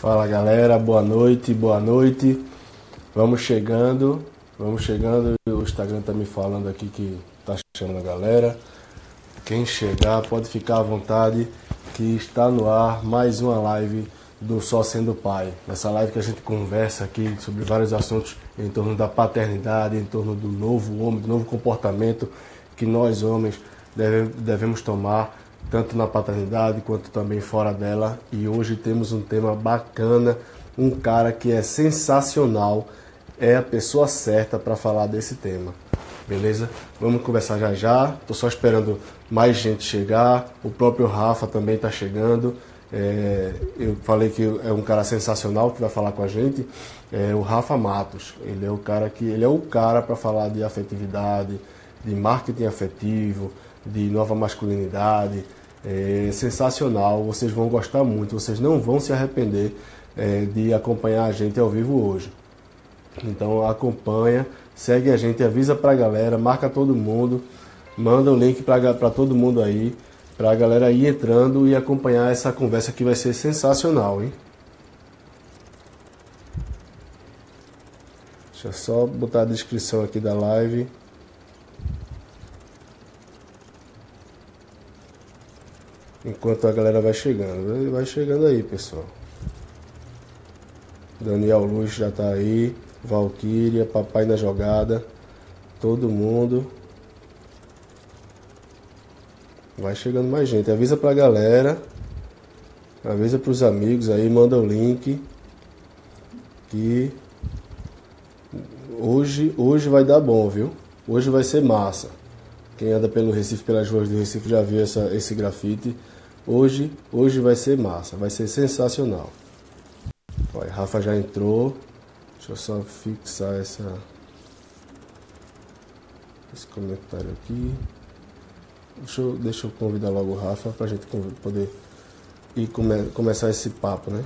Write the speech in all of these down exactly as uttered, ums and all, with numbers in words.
Fala galera, boa noite, boa noite. Vamos chegando, vamos chegando. O Instagram tá me falando aqui que tá chamando a galera. Quem chegar pode ficar à vontade, que está no ar mais uma live do Só Sendo Pai. Nessa live que a gente conversa aqui sobre vários assuntos em torno da paternidade, em torno do novo homem, do novo comportamento que nós homens deve, devemos tomar, tanto na paternidade quanto também fora dela. E hoje temos um tema bacana, um cara que é sensacional, é a pessoa certa para falar desse tema. Beleza? Vamos conversar já já. Tô só esperando mais gente chegar. O próprio Rafa também está chegando. É, eu falei que é um cara sensacional que vai falar com a gente. É o Rafa Matos. Ele é o cara que ele é o cara para falar de afetividade, de marketing afetivo, de nova masculinidade. É sensacional. Vocês vão gostar muito. Vocês não vão se arrepender é, de acompanhar a gente ao vivo hoje. Então acompanha, segue a gente, avisa pra galera, marca todo mundo, manda o link pra, pra todo mundo aí, pra galera ir entrando e acompanhar essa conversa que vai ser sensacional, hein? Deixa eu só botar a descrição aqui da live. Enquanto a galera vai chegando, vai chegando aí, pessoal. Daniel Luz já tá aí, Valquíria, Papai na jogada, todo mundo. Vai chegando mais gente, avisa pra galera, avisa pros amigos aí, manda o link, que hoje, hoje vai dar bom, viu? Hoje vai ser massa. Quem anda pelo Recife, pelas ruas do Recife já viu essa, esse grafite. Hoje, hoje vai ser massa, vai ser sensacional. Olha, Rafa já entrou, deixa eu só fixar essa, esse comentário aqui. Deixa eu, deixa eu convidar logo o Rafa pra gente poder ir come, começar esse papo, né?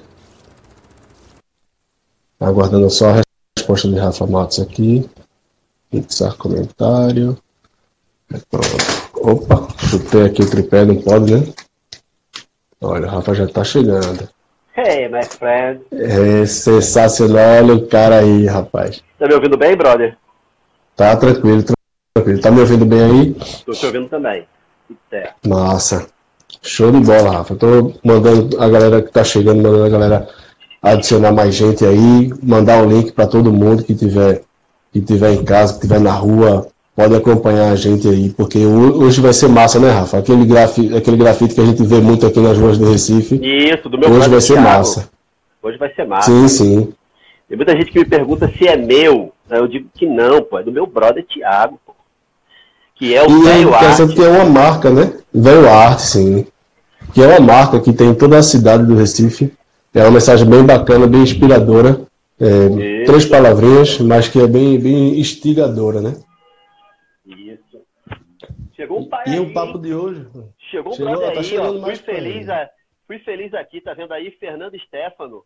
Aguardando só a resposta de Rafa Matos aqui. Fixar comentário. Pronto. Opa, chutei aqui o tripé, não pode, né? Olha, o Rafa já tá chegando. Hey, my friend. É sensacional, olha o cara aí, rapaz. Tá me ouvindo bem, brother? Tá tranquilo, tranquilo. Tá me ouvindo bem aí? Tô te ouvindo também. Certo. Massa. Show de bola, Rafa. Tô mandando a galera que tá chegando, mandando a galera adicionar mais gente aí, mandar o link para todo mundo que tiver, que tiver em casa, que tiver na rua, pode acompanhar a gente aí, porque hoje vai ser massa, né, Rafa? Aquele grafite, aquele grafite que a gente vê muito aqui nas ruas do Recife. Isso, do meu Hoje vai ser Thiago. massa. Hoje vai ser massa. Sim, sim. Tem muita gente que me pergunta se é meu. Eu digo que não, pô. É do meu brother Thiago, pô. Que é o E Velho é Arte. que é uma marca, né? Velho Arte, sim. Que é uma marca que tem em toda a cidade do Recife. É uma mensagem bem bacana, bem inspiradora. É, três palavrinhas, mas que é bem, bem instigadora, né? Isso. Chegou um pai e aí. E o papo de hoje? Chegou um Chegou, brother tá aí, ó. Fui mais feliz, a... Fui feliz aqui, tá vendo aí? Fernando Stefano.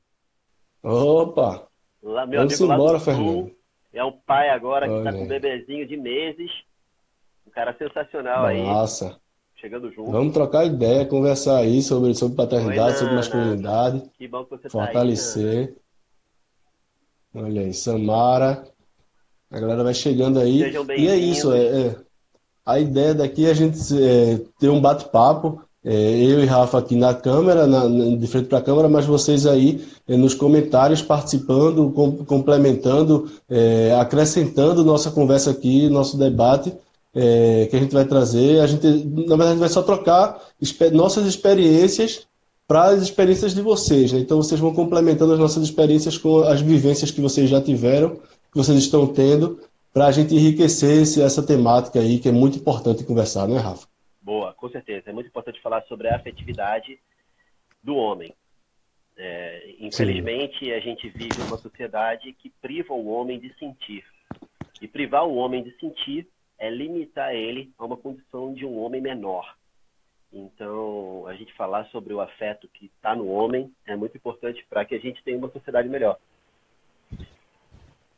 Opa! Lá, meu Vamos amigo embora, lá do Sul. Fernando. É um pai agora que Olha tá com um aí. bebezinho de meses. Um cara sensacional aí. Massa. Chegando junto. Vamos trocar ideia, conversar aí sobre, sobre paternidade, Oi, sobre masculinidade. Que bom que você Fortalecer. Tá aí, Olha aí, Samara. A galera vai chegando aí. Sejam E é isso, é, é, a ideia daqui é a gente é, ter um bate-papo. É, eu e Rafa aqui na câmera, na, na, de frente para a câmera, mas vocês aí é, nos comentários participando, com, complementando, é, acrescentando nossa conversa aqui, nosso debate. É, que a gente vai trazer, a gente, na verdade, vai só trocar nossas experiências para as experiências de vocês, né? Então vocês vão complementando as nossas experiências com as vivências que vocês já tiveram, que vocês estão tendo, para a gente enriquecer esse, essa temática aí, que é muito importante conversar, né, Rafa? Boa, com certeza. É muito importante falar sobre a afetividade do homem. É, infelizmente, Sim. a gente vive uma sociedade que priva o homem de sentir. E privar o homem de sentir é limitar ele a uma condição de um homem menor. Então, a gente falar sobre o afeto que está no homem é muito importante para que a gente tenha uma sociedade melhor.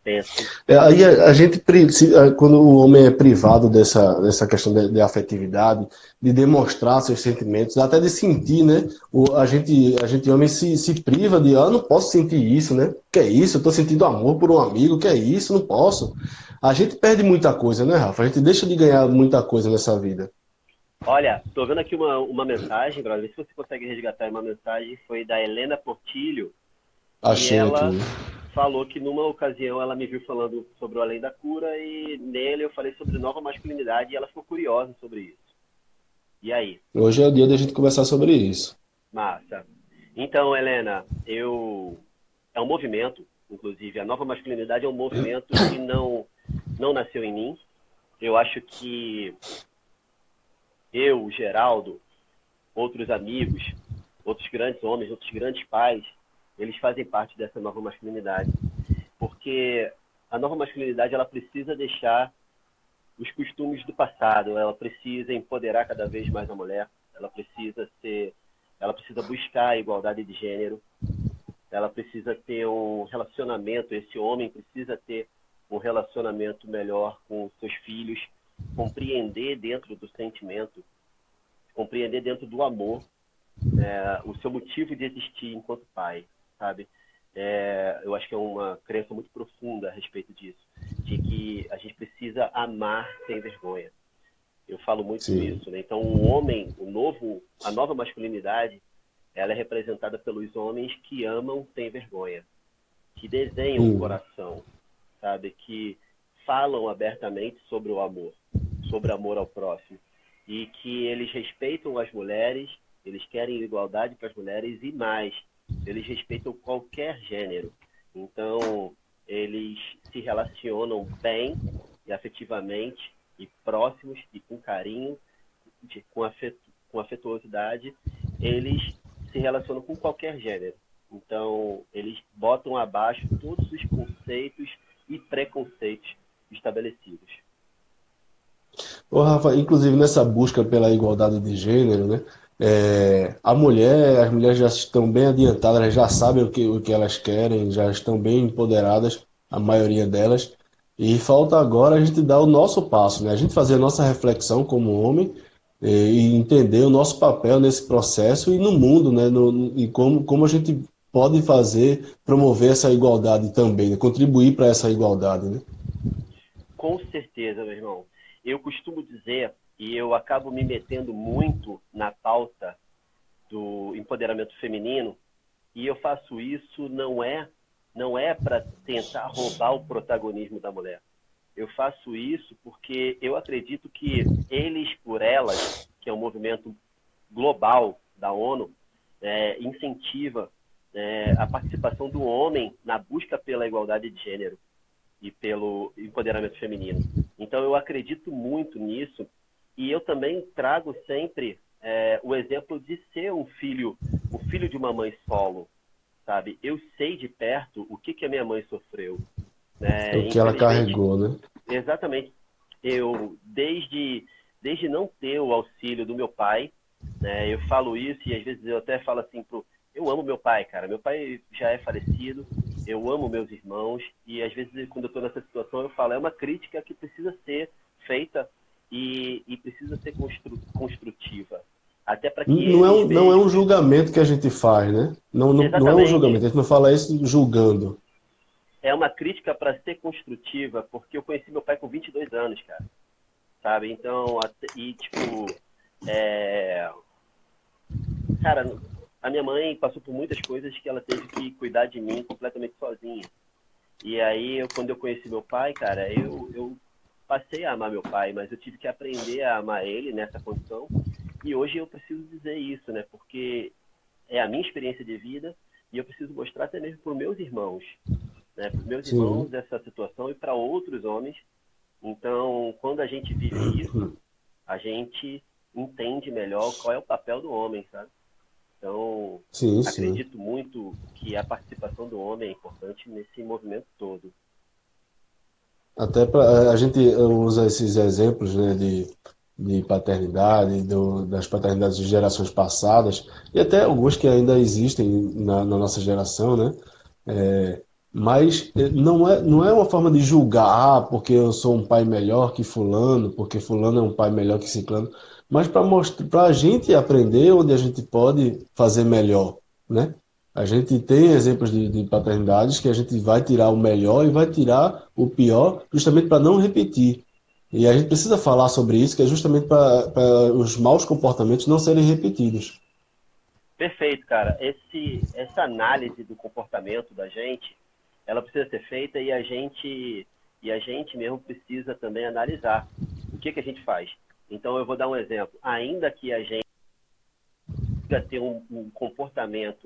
Penso. É, aí a, a gente, pri- se- a- quando o homem é privado dessa, dessa questão de, de afetividade, de demonstrar seus sentimentos, até de sentir, né? O, a gente, a gente homem se, se priva de, ah, não posso sentir isso, né? Que é isso? Eu tô sentindo amor por um amigo, que é isso? Não posso. A gente perde muita coisa, né, Rafa? A gente deixa de ganhar muita coisa nessa vida. Olha, tô vendo aqui uma, uma mensagem, brother, vê se você consegue resgatar uma mensagem, foi da Helena Portilho, e Achei aqui. ela falou que numa ocasião ela me viu falando sobre o Além da Cura e nele eu falei sobre nova masculinidade e ela ficou curiosa sobre isso. E aí? Hoje é o dia da gente conversar sobre isso. Massa. Então, Helena, eu é um movimento, inclusive a nova masculinidade é um movimento que não não nasceu em mim. Eu acho que eu, o Geraldo, outros amigos, outros grandes homens, outros grandes pais, eles fazem parte dessa nova masculinidade, porque a nova masculinidade ela precisa deixar os costumes do passado, ela precisa empoderar cada vez mais a mulher, ela precisa ser, ela precisa buscar a igualdade de gênero, ela precisa ter um relacionamento, esse homem precisa ter um relacionamento melhor com seus filhos, compreender dentro do sentimento, compreender dentro do amor é, o seu motivo de existir enquanto pai, sabe? É, eu acho que é uma crença muito profunda a respeito disso, de que a gente precisa amar sem vergonha. Eu falo muito Sim. isso, né? Então, o homem, o novo, a nova masculinidade, ela é representada pelos homens que amam sem vergonha, que desenham o Hum. coração, sabe? Que falam abertamente sobre o amor, sobre amor ao próximo, e que eles respeitam as mulheres, eles querem igualdade para as mulheres e mais, eles respeitam qualquer gênero. Então, eles se relacionam bem e afetivamente e próximos e com carinho, de, com, afeto, com afetuosidade, eles se relacionam com qualquer gênero. Então, eles botam abaixo todos os conceitos e preconceitos estabelecidos. Ô, Rafa, inclusive nessa busca pela igualdade de gênero, né? É, a mulher, as mulheres já estão bem adiantadas, elas já sabem o que, o que elas querem, já estão bem empoderadas, a maioria delas. E falta agora a gente dar o nosso passo, né? A gente fazer a nossa reflexão como homem eh, e entender o nosso papel nesse processo e no mundo, né? No, e como, como a gente pode fazer, promover essa igualdade também, né? Contribuir para essa igualdade, né? Com certeza, meu irmão. Eu costumo dizer, e eu acabo me metendo muito na pauta do empoderamento feminino, e eu faço isso não é, não é para tentar roubar o protagonismo da mulher. Eu faço isso porque eu acredito que eles por elas, que é um movimento global da ONU, é, incentiva é, a participação do homem na busca pela igualdade de gênero e pelo empoderamento feminino. Então, eu acredito muito nisso e eu também trago sempre é, o exemplo de ser um filho, o filho de uma mãe solo, sabe? Eu sei de perto o que, que a minha mãe sofreu. É Né? o que ela Infelizmente, carregou, né? exatamente. Eu, desde, desde não ter o auxílio do meu pai, né, eu falo isso e às vezes eu até falo assim pro... Eu amo meu pai, cara. Meu pai já é falecido, eu amo meus irmãos e às vezes quando eu estou nessa situação eu falo, é uma crítica que precisa ser feita e, e precisa ser constru, construtiva. Até para que Não é eles um, não é vejam... um julgamento que a gente faz, né? Não, não, não é um Exatamente. julgamento, a gente não fala isso julgando. É uma crítica para ser construtiva, porque eu conheci meu pai com vinte e dois anos, cara. Sabe? Então, até, e tipo, é... cara, a minha mãe passou por muitas coisas que ela teve que cuidar de mim completamente sozinha. E aí, eu, quando eu conheci meu pai, cara, eu, eu passei a amar meu pai, mas eu tive que aprender a amar ele nessa condição. E hoje eu preciso dizer isso, né? Porque é a minha experiência de vida e eu preciso mostrar até mesmo para os meus irmãos, né? Para os meus Sim. irmãos essa situação e para outros homens. Então, quando a gente vive isso, a gente entende melhor qual é o papel do homem, sabe? Então, Sim, sim. acredito muito que a participação do homem é importante nesse movimento todo. Até pra, a gente usa esses exemplos, né, de, de paternidade, do, das paternidades de gerações passadas, e até alguns que ainda existem na, na nossa geração, né? Mas eh, não é, não é uma forma de julgar, ah, porque eu sou um pai melhor que fulano, porque fulano é um pai melhor que ciclano, mas para mostrar, para a gente aprender onde a gente pode fazer melhor, né? A gente tem exemplos de, de paternidades que a gente vai tirar o melhor e vai tirar o pior, justamente para não repetir. E a gente precisa falar sobre isso, que é justamente para os maus comportamentos não serem repetidos. Perfeito, cara. Esse, essa análise do comportamento da gente, ela precisa ser feita e a gente e a gente mesmo precisa também analisar o que que a gente faz. Então eu vou dar um exemplo. Ainda que a gente ter um, um comportamento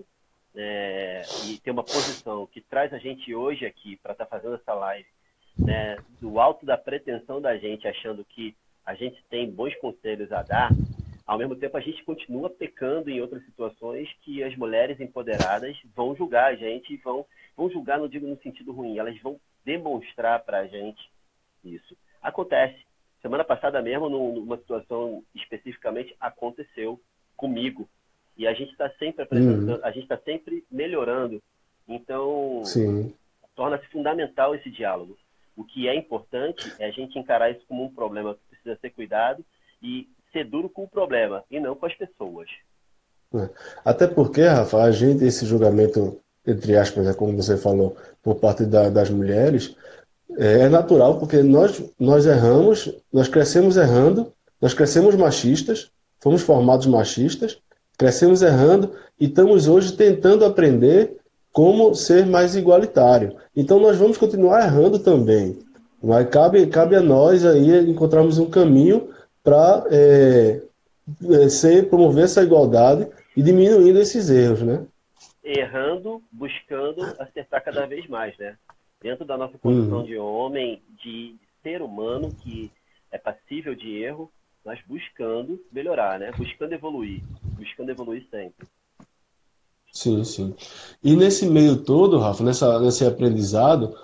é, e ter uma posição que traz a gente hoje aqui para estar tá fazendo essa live, né, do alto da pretensão da gente, achando que a gente tem bons conselhos a dar, ao mesmo tempo a gente continua pecando em outras situações que as mulheres empoderadas vão julgar a gente e vão, vão julgar, não digo no sentido ruim, elas vão demonstrar para a gente isso. Acontece. Semana passada mesmo, numa situação especificamente, aconteceu comigo. E a gente está sempre apresentando, Uhum. a gente está sempre melhorando. Então, Sim. torna-se fundamental esse diálogo. O que é importante é a gente encarar isso como um problema que precisa ser cuidado e ser duro com o problema e não com as pessoas. É. Até porque, Rafa, a gente, esse julgamento, entre aspas, né, como você falou, por parte da- das mulheres, é, é natural, porque nós, nós erramos, nós crescemos errando, nós crescemos machistas, fomos formados machistas, crescemos errando e estamos hoje tentando aprender como ser mais igualitário. Então nós vamos continuar errando também. Mas cabe, cabe a nós aí encontrarmos um caminho para é, é, ser, promover essa igualdade e diminuindo esses erros, né? Errando, buscando acertar cada vez mais, né? Dentro da nossa condição Uhum. de homem, de ser humano que é passível de erro, mas buscando melhorar, né? Buscando evoluir, buscando evoluir sempre. Sim, sim. E nesse meio todo, Rafa, nessa, nesse aprendizado,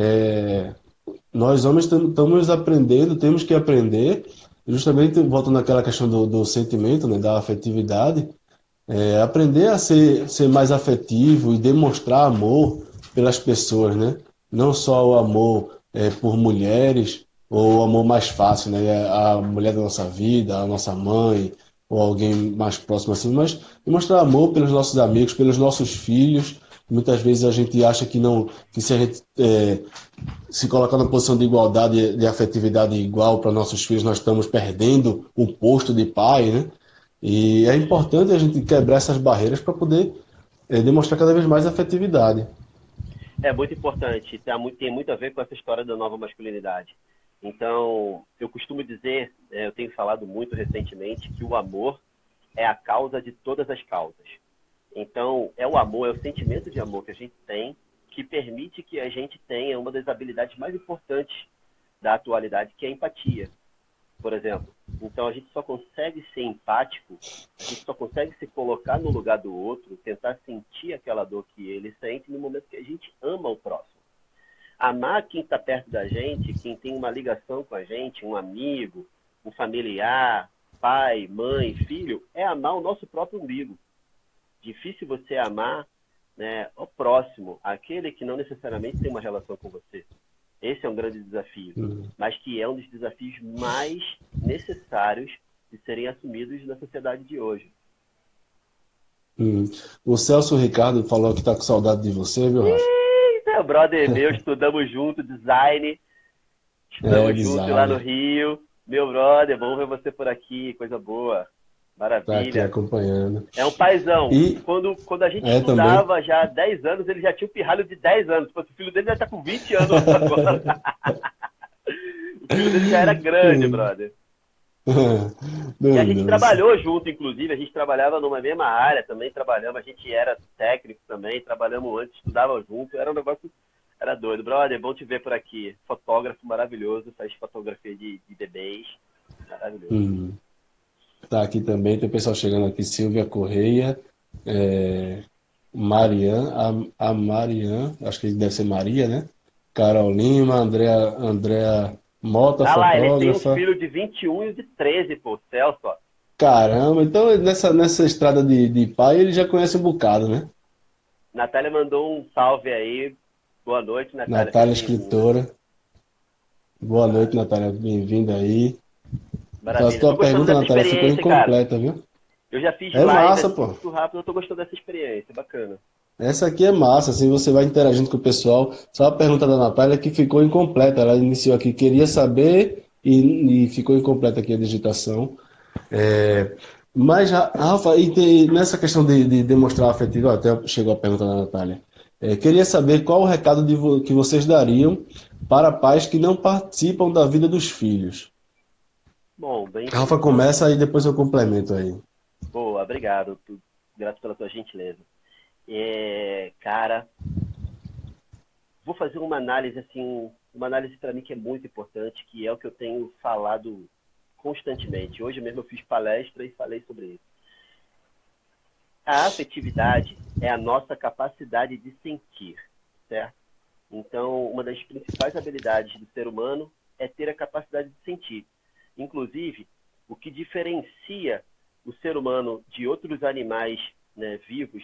é, nós homens tam- estamos aprendendo, temos que aprender, justamente voltando àquela questão do, do sentimento, né, da afetividade, é, aprender a ser, ser mais afetivo e demonstrar amor pelas pessoas, né? Não só o amor é, por mulheres, ou o amor mais fácil, né? A mulher da nossa vida, a nossa mãe, ou alguém mais próximo assim, mas demonstrar amor pelos nossos amigos, pelos nossos filhos. Muitas vezes a gente acha que não, que se a gente é, se colocar na posição de igualdade, de afetividade igual para nossos filhos, nós estamos perdendo o posto de pai, né? E é Isso. importante a gente quebrar essas barreiras para poder é, demonstrar cada vez mais afetividade. É muito importante, tá muito, tem muito a ver com essa história da nova masculinidade. Então, eu costumo dizer, é, eu tenho falado muito recentemente, que o amor é a causa de todas as causas. Então, é o amor, é o sentimento de amor que a gente tem que permite que a gente tenha uma das habilidades mais importantes da atualidade, que é a empatia, por exemplo. Então, a gente só consegue ser empático, a gente só consegue se colocar no lugar do outro, tentar sentir aquela dor que ele sente no momento que a gente ama o próximo. Amar quem está perto da gente, quem tem uma ligação com a gente, um amigo, um familiar, pai, mãe, filho, é amar o nosso próprio umbigo. Difícil você amar, né, o próximo, aquele que não necessariamente tem uma relação com você. Esse é um grande desafio, Hum. mas que é um dos desafios mais necessários de serem assumidos na sociedade de hoje. Hum. O Celso Ricardo falou que está com saudade de você, viu, Rafa? Ih, é brother meu, estudamos junto design, É, estudamos junto lá no designer. Rio. Meu brother, bom ver você por aqui, coisa boa, Está aqui maravilha. acompanhando. É um paizão. E Quando, quando a gente é também. estudava já há dez anos, ele já tinha um pirralho de dez anos. O filho dele já está com vinte anos agora. O filho dele já era grande, Hum. brother. E a gente Danou-se. trabalhou junto, inclusive, a gente trabalhava numa mesma área também, trabalhamos, a gente era técnico também, trabalhamos antes, estudava junto, era um negócio, era doido. Brother, bom te ver por aqui. Fotógrafo maravilhoso, faz fotografia de, de bebês, maravilhoso. Hum. Tá aqui também, tem o pessoal chegando aqui, Silvia Correia, é, Marian, a, a Marian, acho que deve ser Maria, né? Carol Lima, Andrea, Andrea Mota, Ah lá, ele tem um fotógrafa. filho de vinte e um e um de treze, pô, Celso, ó. Caramba, então nessa, nessa estrada de, de pai ele já conhece um bocado, né? Natália mandou um salve aí. Boa noite, Natália. Natália, escritora. Boa noite, Natália. Bem-vinda aí. Então, a Maravilha. Tô tua gostando pergunta, dessa Natália, ficou experiência, cara. incompleta, viu? Eu já fiz É live massa, assim, pô. muito rápido, eu tô gostando dessa experiência. Bacana. Essa aqui é massa, assim, você vai interagindo com o pessoal. Só a pergunta da Natália que ficou incompleta. Ela iniciou aqui, queria saber e, e ficou incompleta aqui a digitação. É, mas, Ra- Rafa, e tem- nessa questão de, de demonstrar afetivo, até chegou a pergunta da Natália. É, queria saber qual o recado de vo- que vocês dariam para pais que não participam da vida dos filhos. Bom, bem Rafa interessante. começa e depois eu complemento aí. Boa, obrigado. Tu- Grato pela tua gentileza. É, cara, vou fazer uma análise assim, uma análise para mim que é muito importante, que é o que eu tenho falado constantemente. Hoje mesmo eu fiz palestra e falei sobre isso. A afetividade é a nossa capacidade de sentir, certo? Então, uma das principais habilidades do ser humano é ter a capacidade de sentir. Inclusive, o que diferencia o ser humano de outros animais, né, vivos,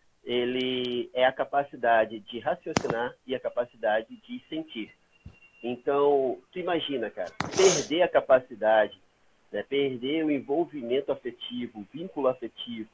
ele é a capacidade de raciocinar e a capacidade de sentir. Então, tu imagina, cara, perder a capacidade, né, perder o envolvimento afetivo, o vínculo afetivo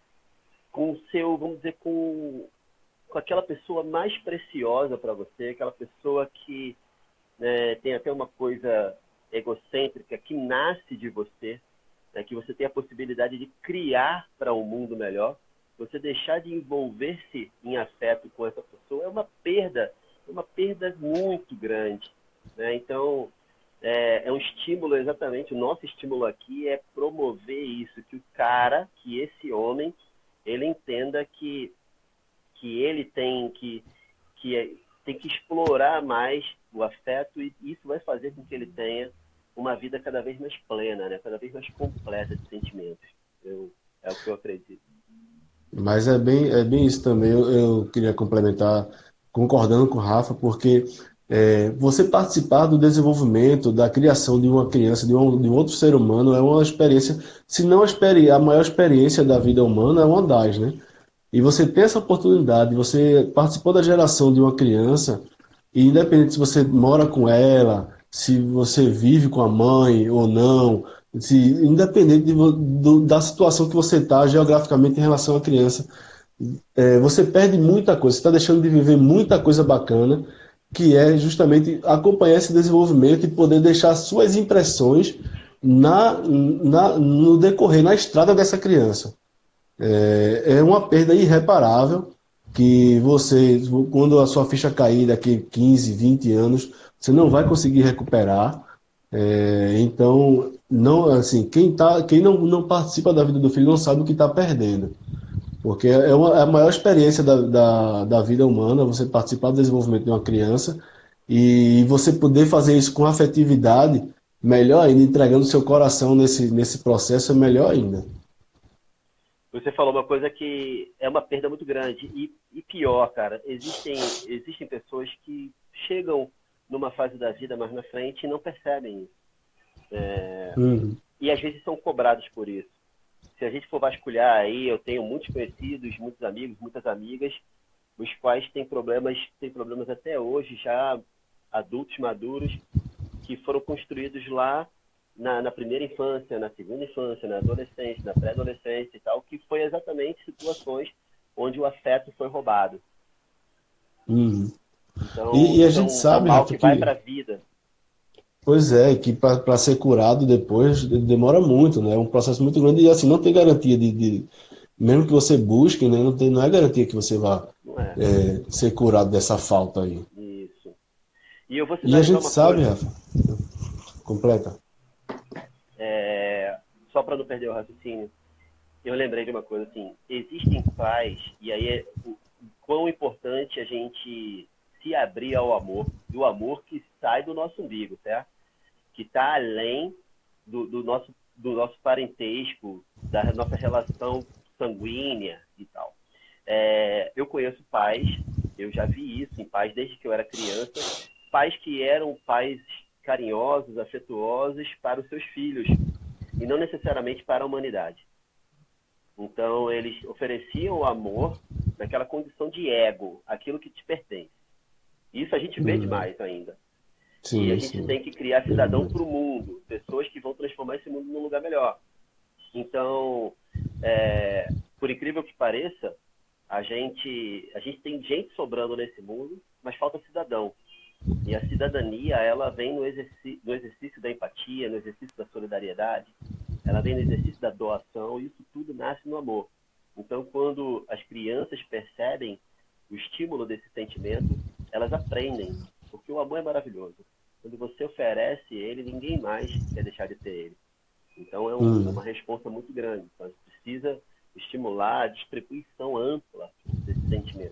com o seu, vamos dizer, com, com aquela pessoa mais preciosa para você, aquela pessoa que, né, tem até uma coisa egocêntrica que nasce de você, né, que você tem a possibilidade de criar para um mundo melhor. Você deixar de envolver-se em afeto com essa pessoa é uma perda, é uma perda muito grande, né? Então, é, é um estímulo exatamente, o nosso estímulo aqui é promover isso, que o cara, que esse homem, ele entenda que, que ele tem que, que é, tem que explorar mais o afeto e isso vai fazer com que ele tenha uma vida cada vez mais plena, né? Cada vez mais completa de sentimentos. Eu, é o que eu acredito. Mas é bem, é bem isso também. Eu, eu queria complementar, concordando com o Rafa, porque é, você participar do desenvolvimento, da criação de uma criança, de um, de um outro ser humano, é uma experiência, se não a, experi a maior experiência da vida humana, é uma das, né? E você ter essa oportunidade, você participou da geração de uma criança, e independente se você mora com ela, se você vive com a mãe ou não, se, independente de vo- do- da situação que você está geograficamente em relação à criança, é, você perde muita coisa, você está deixando de viver muita coisa bacana, que é justamente acompanhar esse desenvolvimento e poder deixar suas impressões na, na, no decorrer, na estrada dessa criança. É, é uma perda irreparável que você, quando a sua ficha cair daqui quinze, vinte anos, você não vai conseguir recuperar. É, então, não, assim, quem, tá, quem não, não participa da vida do filho não sabe o que está perdendo. Porque é, uma, é a maior experiência da, da, da vida humana, você participar do desenvolvimento de uma criança e você poder fazer isso com afetividade, melhor ainda, entregando seu coração nesse, nesse processo, é melhor ainda. Você falou uma coisa que é uma perda muito grande. E, e pior, cara, existem, existem pessoas que chegam numa fase da vida mais na frente e não percebem isso. É, Uhum. e às vezes são cobrados por isso. Se a gente for vasculhar aí, eu tenho muitos conhecidos, muitos amigos, muitas amigas, os quais têm problemas, têm problemas até hoje, já adultos maduros, que foram construídos lá na, na primeira infância, na segunda infância, na adolescência, na pré-adolescência e tal, que foi exatamente situações onde o afeto foi roubado. Uhum. E, Então, e a isso é gente um, é um sabe, mal Rafa, que vai para que, a vida. pois é, que para ser curado depois demora muito, né? É um processo muito grande e assim, não tem garantia de, de- mesmo que você busque, né? Não tem, não é garantia que você vá Não é é, ser curado dessa falta aí. isso. E eu vou E a sinalizar gente uma sabe, coisa, Rafa, completa. é, só para não perder o raciocínio. Eu lembrei de uma coisa assim, existem pais, e aí é o, o quão importante a gente se abrir ao amor, e o amor que sai do nosso umbigo, certo? Que está além do, do, nosso, do nosso parentesco, da nossa relação sanguínea e tal. É, eu conheço pais, eu já vi isso em pais desde que eu era criança, pais que eram pais carinhosos, afetuosos para os seus filhos, e não necessariamente para a humanidade. Então, eles ofereciam o amor naquela condição de ego, aquilo que te pertence. Isso a gente vê Hum. demais ainda. Sim, E a gente sim. tem que criar cidadão para o mundo, pessoas que vão transformar esse mundo num lugar melhor. Então, é, por incrível que pareça, a gente, a gente tem gente sobrando nesse mundo, mas falta cidadão. E a cidadania, ela vem no exercício, no exercício da empatia, no exercício da solidariedade, ela vem no exercício da doação, e isso tudo nasce no amor. Então, quando as crianças percebem o estímulo desse sentimento, elas aprendem, porque o amor é maravilhoso. Quando você oferece ele, ninguém mais quer deixar de ter ele. Então, é, um, é Hum. uma resposta muito grande. Então, a gente precisa estimular a distribuição ampla desse sentimento.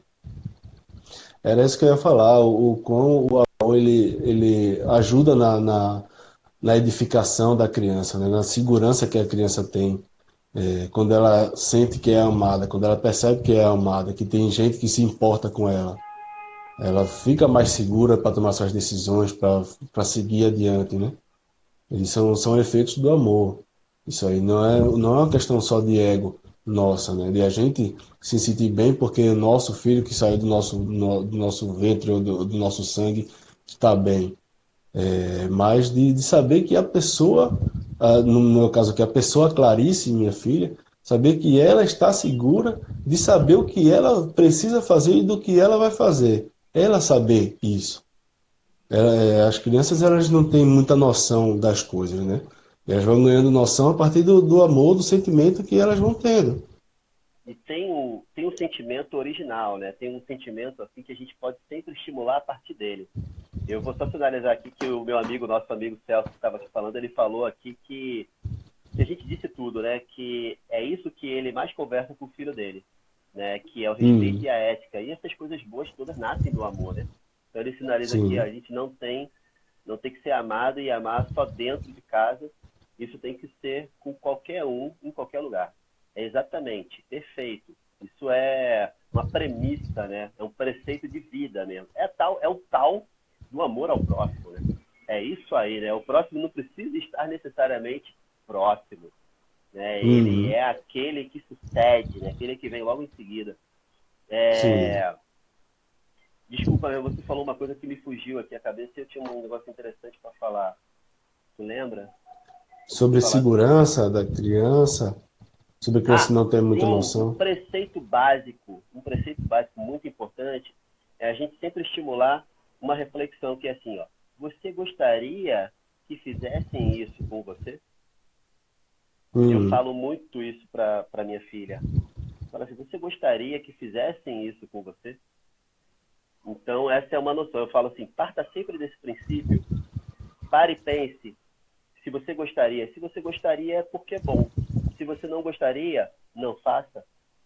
Era isso que eu ia falar, o, o quão o amor ele, ele ajuda na, na, na edificação da criança, né? Na segurança que a criança tem, é, quando ela sente que é amada, quando ela percebe que é amada, que tem gente que se importa com ela, ela fica mais segura para tomar suas decisões, para seguir adiante, né? Eles são, são efeitos do amor. Isso aí não é, não é uma questão só de ego nossa, né? De a gente se sentir bem porque o nosso filho que saiu do nosso, no- do nosso ventre ou do, do nosso sangue está bem. É mais de, de saber que a pessoa, ah, no meu caso aqui, a pessoa Clarice, minha filha, saber que ela está segura de saber o que ela precisa fazer e do que ela vai fazer. Ela saber isso. É, as crianças elas não têm muita noção das coisas, né? Elas vão ganhando noção a partir do, do amor, do sentimento que elas vão tendo. E tem um, tem um sentimento original, né? Tem um sentimento assim que a gente pode sempre estimular a partir dele. Eu vou só finalizar aqui que o meu amigo, nosso amigo Celso, que estava aqui falando, ele falou aqui que, que a gente disse tudo, né? Que é isso que ele mais conversa com o filho dele, né? Que é o respeito Hum, e a ética. E essas coisas boas todas nascem do amor, né? Então ele sinaliza que a sim, gente não tem, não tem que ser amado e amar só dentro de casa. Isso tem que ser com qualquer um, em qualquer lugar. É exatamente, perfeito. Isso é uma premissa, né? É um preceito de vida mesmo. É tal, é o tal do amor ao próximo, né? É isso aí, né? O próximo não precisa estar necessariamente próximo, né? Ele uhum, é aquele que sucede, né? Aquele que vem logo em seguida. sim. É... Desculpa, você falou uma coisa que me fugiu aqui a cabeça e eu tinha um negócio interessante para falar. Tu lembra? Você Sobre falasse... segurança da criança, sobre a criança Ah, não ter muita sim, um noção. preceito básico, um preceito básico muito importante é a gente sempre estimular uma reflexão que é assim, ó. Você gostaria que fizessem isso com você? Eu Uhum, falo muito isso para minha filha. Fala assim, você gostaria que fizessem isso com você? Então, essa é uma noção. Eu falo assim, parta sempre desse princípio, pare e pense se você gostaria. Se você gostaria é porque é bom. Se você não gostaria, não faça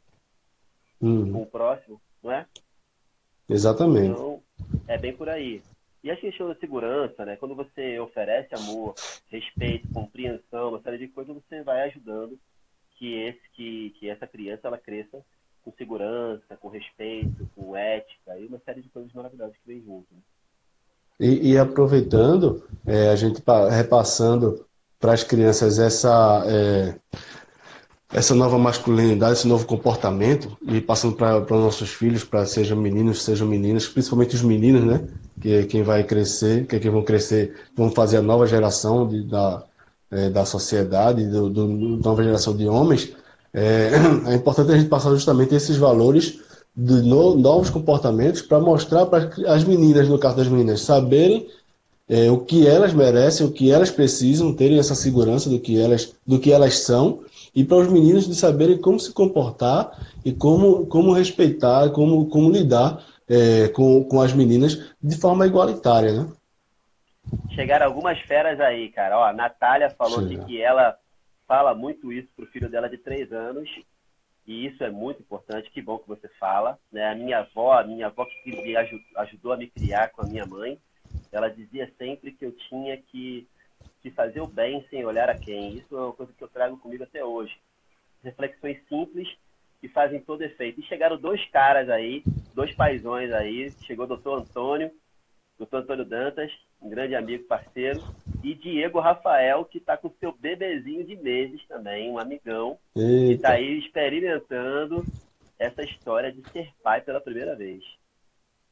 com uhum, o próximo, não é? exatamente. Então, é bem por aí. E a questão da segurança, né? Quando você oferece amor, respeito, compreensão, uma série de coisas, você vai ajudando que, esse, que, que essa criança ela cresça com segurança, com respeito, com ética e uma série de coisas maravilhosas que vem junto. Né? E, e aproveitando, é, a gente pa- repassando para as crianças essa, é, essa nova masculinidade, esse novo comportamento, e passando para os nossos filhos, para sejam meninos, sejam meninas, principalmente os meninos, né? Que é quem vai crescer, que é quem vão crescer, vão fazer a nova geração de, da, é, da sociedade, do, do, nova geração de homens. É, é importante a gente passar justamente esses valores de no, novos comportamentos para mostrar para as meninas, no caso das meninas, saberem é, o que elas merecem, o que elas precisam, terem essa segurança do que elas, do que elas são, e para os meninos de saberem como se comportar e como, como respeitar, como, como lidar é, com, com as meninas de forma igualitária, né? Chegaram algumas feras aí, cara. Ó, a Natália falou aqui Chega. que ela fala muito isso pro filho dela de três anos. E isso é muito importante, que bom que você fala. Né? A minha avó, a minha avó que me ajudou a me criar com a minha mãe, ela dizia sempre que eu tinha que, que fazer o bem sem olhar a quem. Isso é uma coisa que eu trago comigo até hoje. Reflexões simples que fazem todo efeito. E chegaram dois caras aí, dois paizões aí. Chegou o doutor Antônio, doutor Antônio Dantas, um grande amigo, parceiro, e Diego Rafael, que está com seu bebezinho de meses também, um amigão, que está Eita. aí experimentando essa história de ser pai pela primeira vez.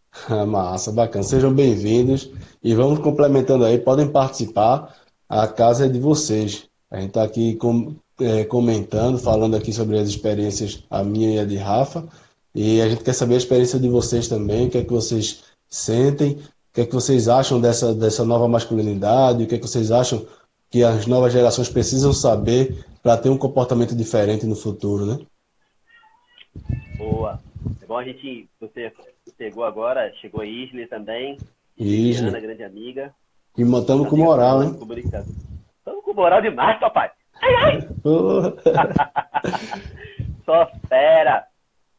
Ah, massa, bacana. Sejam bem-vindos e vamos complementando aí. Podem participar. A casa é de vocês. A gente está aqui com- é, comentando, falando aqui sobre as experiências, a minha e a de Rafa. E a gente quer saber a experiência de vocês também, o que é que vocês sentem, o que é que vocês acham dessa, dessa nova masculinidade, o que é que vocês acham que as novas gerações precisam saber para ter um comportamento diferente no futuro, né? Boa. É bom a gente, você chegou agora, chegou a Isley também, Liliana, Isle. grande amiga, E matamos com amiga moral, fulana, hein? comunicador. Estamos com moral demais, papai. Ai, ai! Porra. Só fera.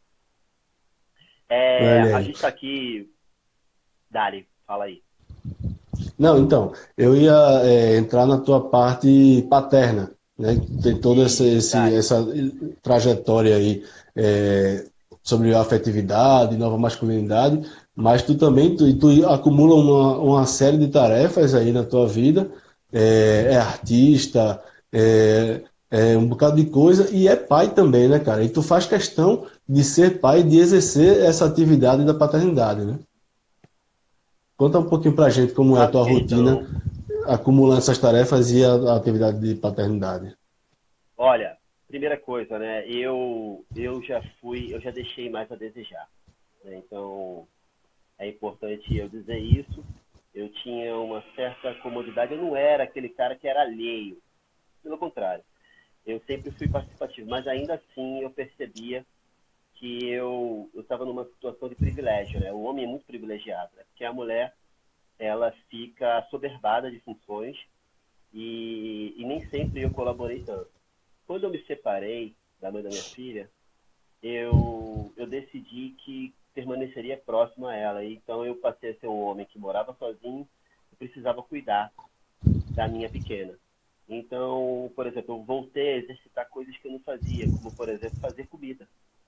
É, Olha a aí. gente tá aqui. Dali, fala aí. Não, então, eu ia é, entrar na tua parte paterna, né? Tem toda essa, Isso, esse- Dali. essa trajetória aí é, sobre afetividade, nova masculinidade, mas tu também tu, tu acumula uma, uma série de tarefas aí na tua vida, é, é artista, é, é um bocado de coisa e é pai também, né, cara? E tu faz questão de ser pai, de exercer essa atividade da paternidade, né? Conta um pouquinho pra gente como é a Faço tua rotina questão. acumulando essas tarefas e a, a atividade de paternidade. Olha, primeira coisa, né? Eu, eu já fui, eu já deixei mais a desejar, né? Então, é importante eu dizer isso. Eu tinha uma certa comodidade, eu não era aquele cara que era alheio. Pelo contrário, eu sempre fui participativo, mas ainda assim eu percebia que eu estava numa situação de privilégio, né? O homem é muito privilegiado, né? Porque a mulher, ela fica assoberbada de funções e, e nem sempre eu colaborei tanto. Quando eu me separei da mãe da minha filha, eu, eu decidi que permaneceria próximo a ela. Então eu passei a ser um homem que morava sozinho e precisava cuidar da minha pequena. Então, por exemplo, eu voltei a exercitar coisas que eu não fazia, como, por exemplo, fazer comida,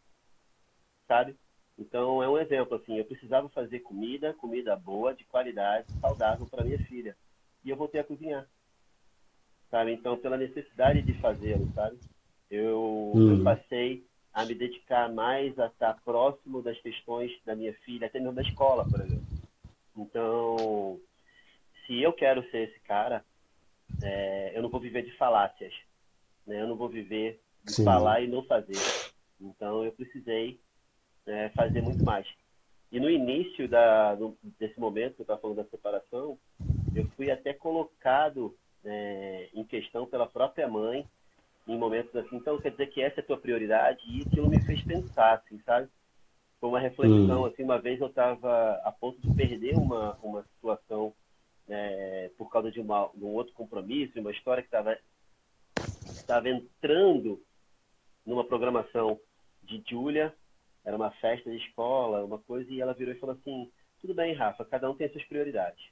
sabe? Então, é um exemplo, assim, eu precisava fazer comida, comida boa, de qualidade, saudável para minha filha. E eu voltei a cozinhar, sabe? Então, pela necessidade de fazê-lo, sabe? Eu, eu Hum, passei a me dedicar mais a estar próximo das questões da minha filha, até mesmo da escola, por exemplo. Então, se eu quero ser esse cara, é, eu não vou viver de falácias, né? Eu não vou viver de sim. falar e não fazer. Então, eu precisei, é, fazer muito mais. E no início da, do, desse momento que eu estava falando da separação, eu fui até colocado, é, em questão pela própria mãe, em momentos assim, então quer dizer que essa é a tua prioridade? E aquilo me fez pensar, assim, sabe? Foi uma reflexão, Hum, assim, uma vez eu estava a ponto de perder uma, uma situação, é, por causa de, uma, de um outro compromisso, uma história que estava estava entrando numa programação de Júlia, era uma festa de escola, uma coisa, e ela virou e falou assim, tudo bem, Rafa, cada um tem suas prioridades.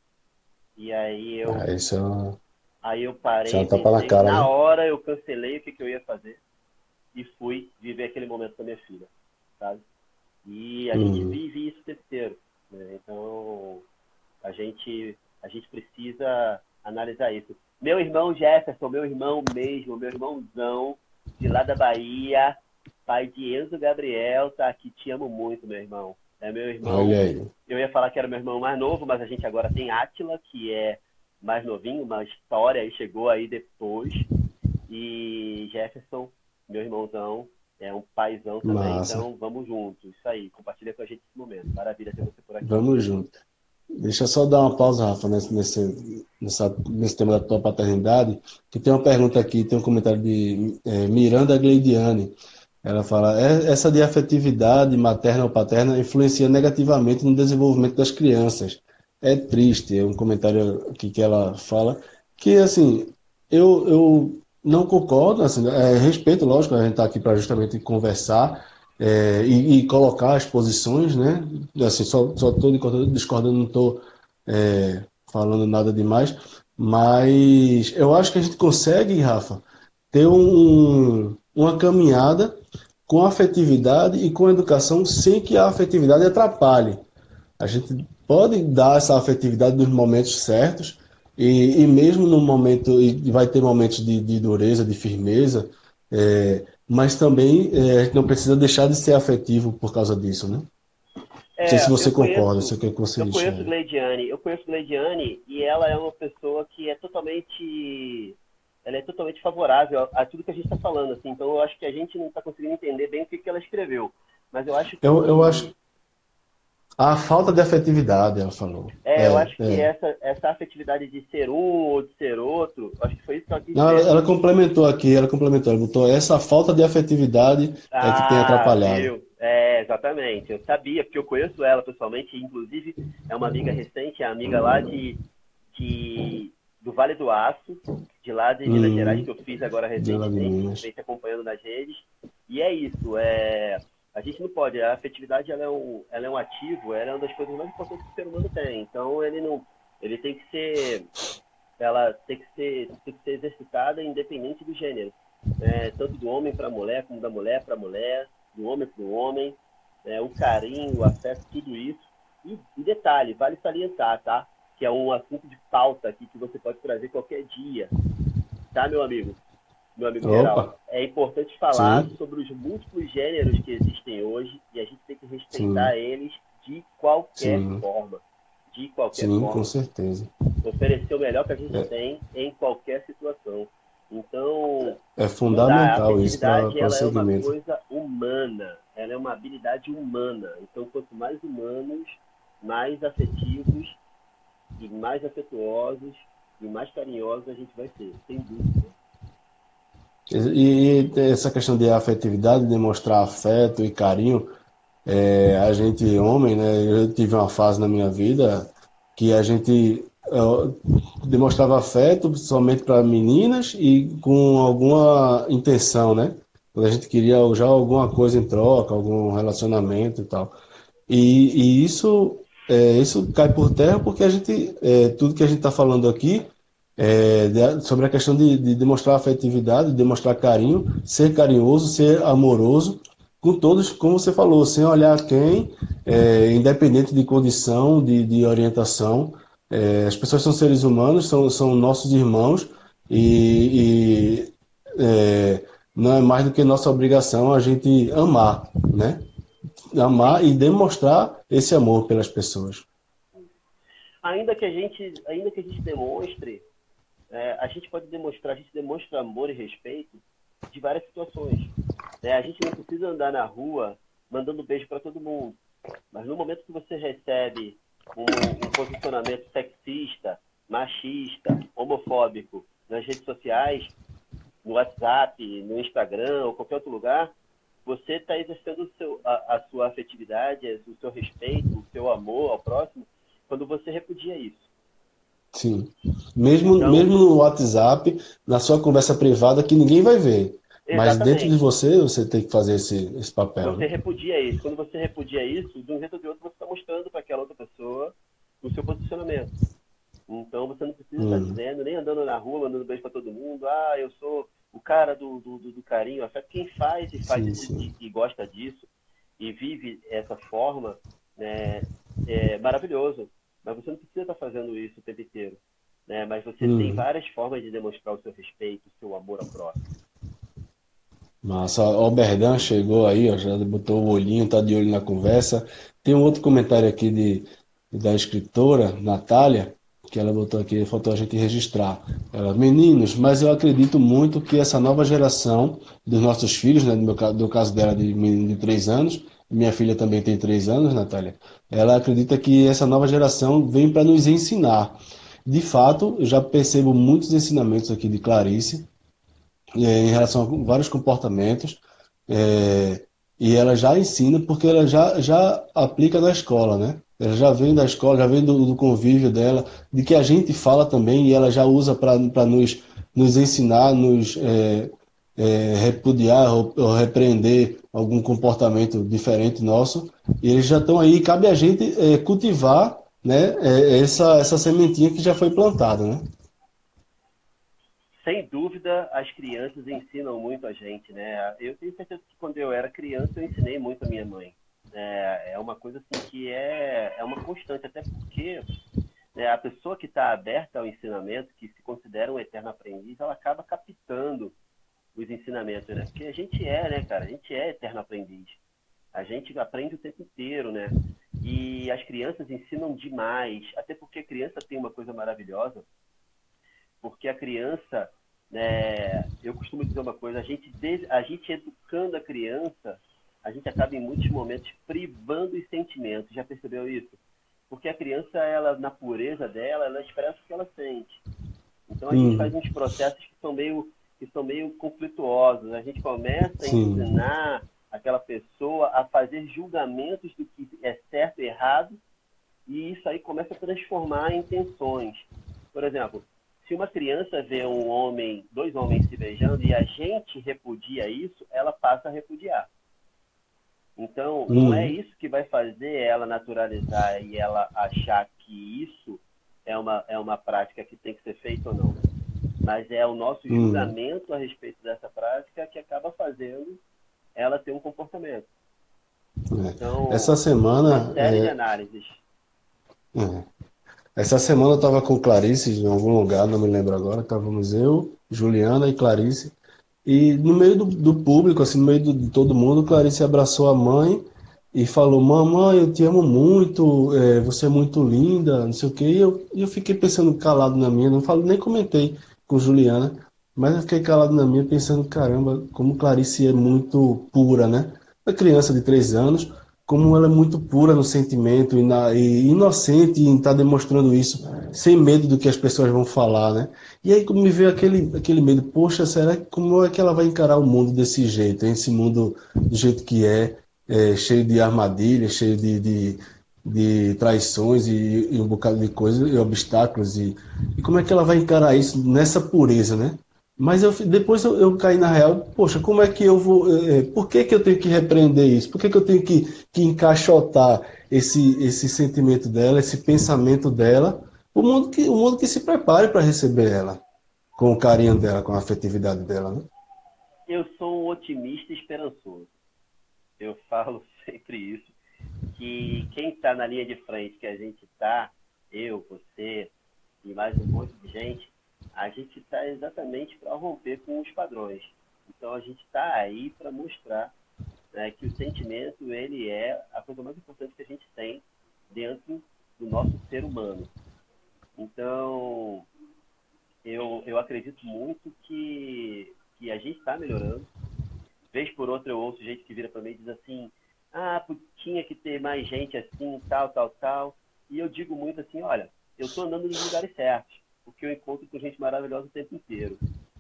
E aí eu, ah, isso é um, aí eu isso é parei, um tapa na pensei, cara, na né? hora eu cancelei o que, que eu ia fazer e fui viver aquele momento com a minha filha, sabe? E a gente Hum, vive isso o tempo inteiro, né? Então, a gente, a gente precisa analisar isso. Meu irmão Jefferson, meu irmão mesmo, meu irmãozão, de lá da Bahia, pai de Enzo Gabriel, tá aqui, te amo muito, meu irmão. É meu olha irmão, aí. eu ia falar que era meu irmão mais novo, mas a gente agora tem Átila, que é mais novinho, uma história aí, chegou aí depois. E Jefferson, meu irmãozão, é um paizão também, Massa. então vamos juntos. Isso aí, compartilha com a gente esse momento. Maravilha ter você por aqui. Vamos junto. Deixa eu só dar uma pausa, Rafa, nesse, nesse, nessa, nesse tema da tua paternidade, que tem uma pergunta aqui, tem um comentário de é, Miranda Gleidiane. Ela fala, "É- essa de afetividade materna ou paterna influencia negativamente no desenvolvimento das crianças. É triste", é um comentário aqui que ela fala, que assim, eu, eu não concordo, assim, é, respeito, lógico, a gente está aqui para justamente conversar é, e, e colocar as posições, né? Assim, só só estou discordando, não estou falando nada demais, mas eu acho que a gente consegue, Rafa, ter um, uma caminhada com afetividade e com educação sem que a afetividade atrapalhe. A gente pode dar essa afetividade nos momentos certos e, e mesmo no momento, e vai ter momentos de, de dureza, de firmeza, é, mas também é, a gente não precisa deixar de ser afetivo por causa disso, né? Não sei se É, você eu concorda, conheço, se é o que você eu conheço enxerga. Gleidiane, eu conheço Gleidiane e ela é uma pessoa que é totalmente, ela é totalmente favorável a, a tudo que a gente está falando, assim. Então eu acho que a gente não está conseguindo entender bem o que, que ela escreveu, mas eu acho Eu, eu acho que, a falta de afetividade, ela falou. é, eu É, acho que é. essa, essa afetividade de ser um ou de ser outro, acho que foi isso que ela quis Não, ela, dizer. ela complementou aqui, ela complementou, ela botou essa falta de afetividade é que tem Ah, atrapalhado. viu? É, exatamente. Eu sabia, porque eu conheço ela pessoalmente, inclusive é uma amiga recente, é amiga lá de, de do Vale do Aço, de lá de Minas Gerais, Hum, que eu fiz agora de lá de recentemente, Minas. vem se acompanhando nas redes. E é isso, é, a gente não pode, a afetividade ela é, um, ela é um ativo, ela é uma das coisas mais importantes que o ser humano tem. Então ele não, ele tem que ser, ela tem que ser, tem que ser exercitada independente do gênero, né? Tanto do homem para a mulher, como da mulher para a mulher, do homem para o homem, né? O carinho, o afeto, tudo isso. E, e detalhe, vale salientar, tá? Que é um assunto de pauta aqui que você pode trazer qualquer dia, tá, meu amigo? Meu amigo Opa, geral. É importante falar sim, sobre os múltiplos gêneros que existem hoje e a gente tem que sim, respeitar eles de qualquer sim, forma. De qualquer sim, com forma, certeza. oferecer o melhor que a gente É, tem em qualquer situação. Então, é não dá. A fundamental isso para afetividade, o ela é uma segmento. coisa humana. Ela é uma habilidade humana. Então, quanto mais humanos, mais afetivos e mais afetuosos e mais carinhosos a gente vai ser, sem dúvida. E, e essa questão de afetividade, demonstrar afeto e carinho, é, a gente, homem, né? Eu tive uma fase na minha vida que a gente eh, demonstrava afeto somente para meninas e com alguma intenção, né? Quando a gente queria já alguma coisa em troca, algum relacionamento e tal. E, e isso, é, isso cai por terra porque a gente, é, tudo que a gente está falando aqui é, de- sobre a questão de, de demonstrar afetividade, de demonstrar carinho, ser carinhoso, ser amoroso, com todos, como você falou, sem olhar quem, é, independente de condição, de, de orientação. É, as pessoas são seres humanos, são, são nossos irmãos e, e, é, não é mais do que nossa obrigação a gente amar, né? Amar Sim. e demonstrar esse amor pelas pessoas. Ainda que a gente, ainda que a gente demonstre, é, a gente pode demonstrar, a gente demonstra amor e respeito de várias situações. Né? A gente não precisa andar na rua mandando beijo para todo mundo. Mas no momento que você recebe um, um posicionamento sexista, machista, homofóbico nas redes sociais, no WhatsApp, no Instagram ou qualquer outro lugar, você está exercendo o seu, a, a sua afetividade, o seu respeito, o seu amor ao próximo, quando você repudia isso. Sim. Mesmo, Então, mesmo no WhatsApp, na sua conversa privada, que ninguém vai ver. Mas dentro de exatamente, você, você tem que fazer esse, esse papel, você né? repudia isso. Quando você repudia isso, de um jeito ou de outro, você está mostrando para aquela outra pessoa o seu posicionamento. Então você não precisa estar Hum, dizendo, nem andando na rua, mandando beijo para todo mundo, ah, eu sou o cara do, do, do carinho, afeto. Quem faz e faz sim, isso sim. e, e gosta disso e vive essa forma, né, é maravilhoso. Mas você não precisa estar fazendo isso o tempo inteiro. Né? Mas você tem Hum, várias formas de demonstrar o seu respeito, o seu amor ao próximo. massa. O Berdan chegou aí, ó, já botou o olhinho, tá de olho na conversa. Tem um outro comentário aqui de, da escritora, Natália, que ela botou aqui, faltou a gente registrar. Ela, meninos, mas eu acredito muito que essa nova geração dos nossos filhos, né, do, meu, ca- do caso dela de menino de três anos, minha filha também tem três anos, Natália, ela acredita que essa nova geração vem para nos ensinar. De fato, eu já percebo muitos ensinamentos aqui de Clarice, é, em relação a vários comportamentos, é, e ela já ensina porque ela já, já aplica na escola, né? Ela já vem da escola, já vem do, do convívio dela, de que a gente fala também, e ela já usa para nos, nos ensinar, nos é, é, repudiar ou, ou repreender algum comportamento diferente nosso, e eles já estão aí, cabe a gente é, cultivar, né, é, essa, essa sementinha que já foi plantada, né? Sem dúvida, as crianças ensinam muito a gente, né? Eu tenho certeza que quando eu era criança eu ensinei muito a minha mãe. É, é uma coisa assim que é, é uma constante, até porque, né, a pessoa que está aberta ao ensinamento, que se considera um eterno aprendiz, ela acaba captando os ensinamentos, né? Porque a gente é, né, cara? A gente é eterno aprendiz. A gente aprende o tempo inteiro, né? E, e as crianças ensinam demais, até porque a criança tem uma coisa maravilhosa, porque a criança, né, eu costumo dizer uma coisa, a gente, a gente educando a criança, a gente acaba em muitos momentos privando os sentimentos. Já percebeu isso? Porque a criança, ela, na pureza dela, ela expressa o que ela sente. Então a Hum. gente faz uns processos que são meio, que são meio conflituosos. A gente começa a Sim. ensinar aquela pessoa a fazer julgamentos do que é certo e errado, e isso aí começa a transformar em tensões. Por exemplo, se uma criança vê um homem, dois homens se beijando e a gente repudia isso, ela passa a repudiar. Então, Hum. não é isso que vai fazer ela naturalizar e ela achar que isso é uma, é uma prática que tem que ser feita ou não. Mas é o nosso Hum. julgamento a respeito dessa prática que acaba fazendo ela ter um comportamento. É. Então, Essa semana... uma série de é... análises. É. Essa semana eu estava com Clarice em algum lugar, não me lembro agora, estávamos eu, Juliana e Clarice, e no meio do, do público, assim, no meio do, de todo mundo, Clarice abraçou a mãe e falou: mamãe, eu te amo muito, é, você é muito linda, não sei o quê, e eu, e eu fiquei pensando calado na minha, não falo, nem comentei com Juliana, mas eu fiquei calado na minha pensando, caramba, como Clarice é muito pura, né? Uma criança de três anos, como ela é muito pura no sentimento e, na, e inocente em estar demonstrando isso, sem medo do que as pessoas vão falar, né? E aí me veio aquele, aquele medo, poxa, será que como é que ela vai encarar o mundo desse jeito, esse mundo do jeito que é, é cheio de armadilhas, cheio de, de, de traições e, e um bocado de coisas, e obstáculos, e, e como é que ela vai encarar isso nessa pureza, né? Mas eu, depois eu, eu caí na real, poxa, como é que eu vou... É, por que que eu tenho que repreender isso? Por que que eu tenho que, que encaixotar esse, esse sentimento dela, esse pensamento dela, o mundo que, o mundo que se prepare para receber ela, com o carinho dela, com a afetividade dela, né? Eu sou um otimista esperançoso. Eu falo sempre isso, que quem está na linha de frente, que a gente está, eu, você e mais um monte de gente, a gente está exatamente para romper com os padrões. Então a gente está aí para mostrar, né, que o sentimento ele é a coisa mais importante que a gente tem dentro do nosso ser humano. Então eu, eu acredito muito que, que a gente está melhorando. Vez por outra eu ouço gente que vira para mim e diz assim: ah, tinha que ter mais gente assim, tal, tal, tal. E eu digo muito assim: olha, eu estou andando nos lugares certos, porque eu encontro com gente maravilhosa o tempo inteiro.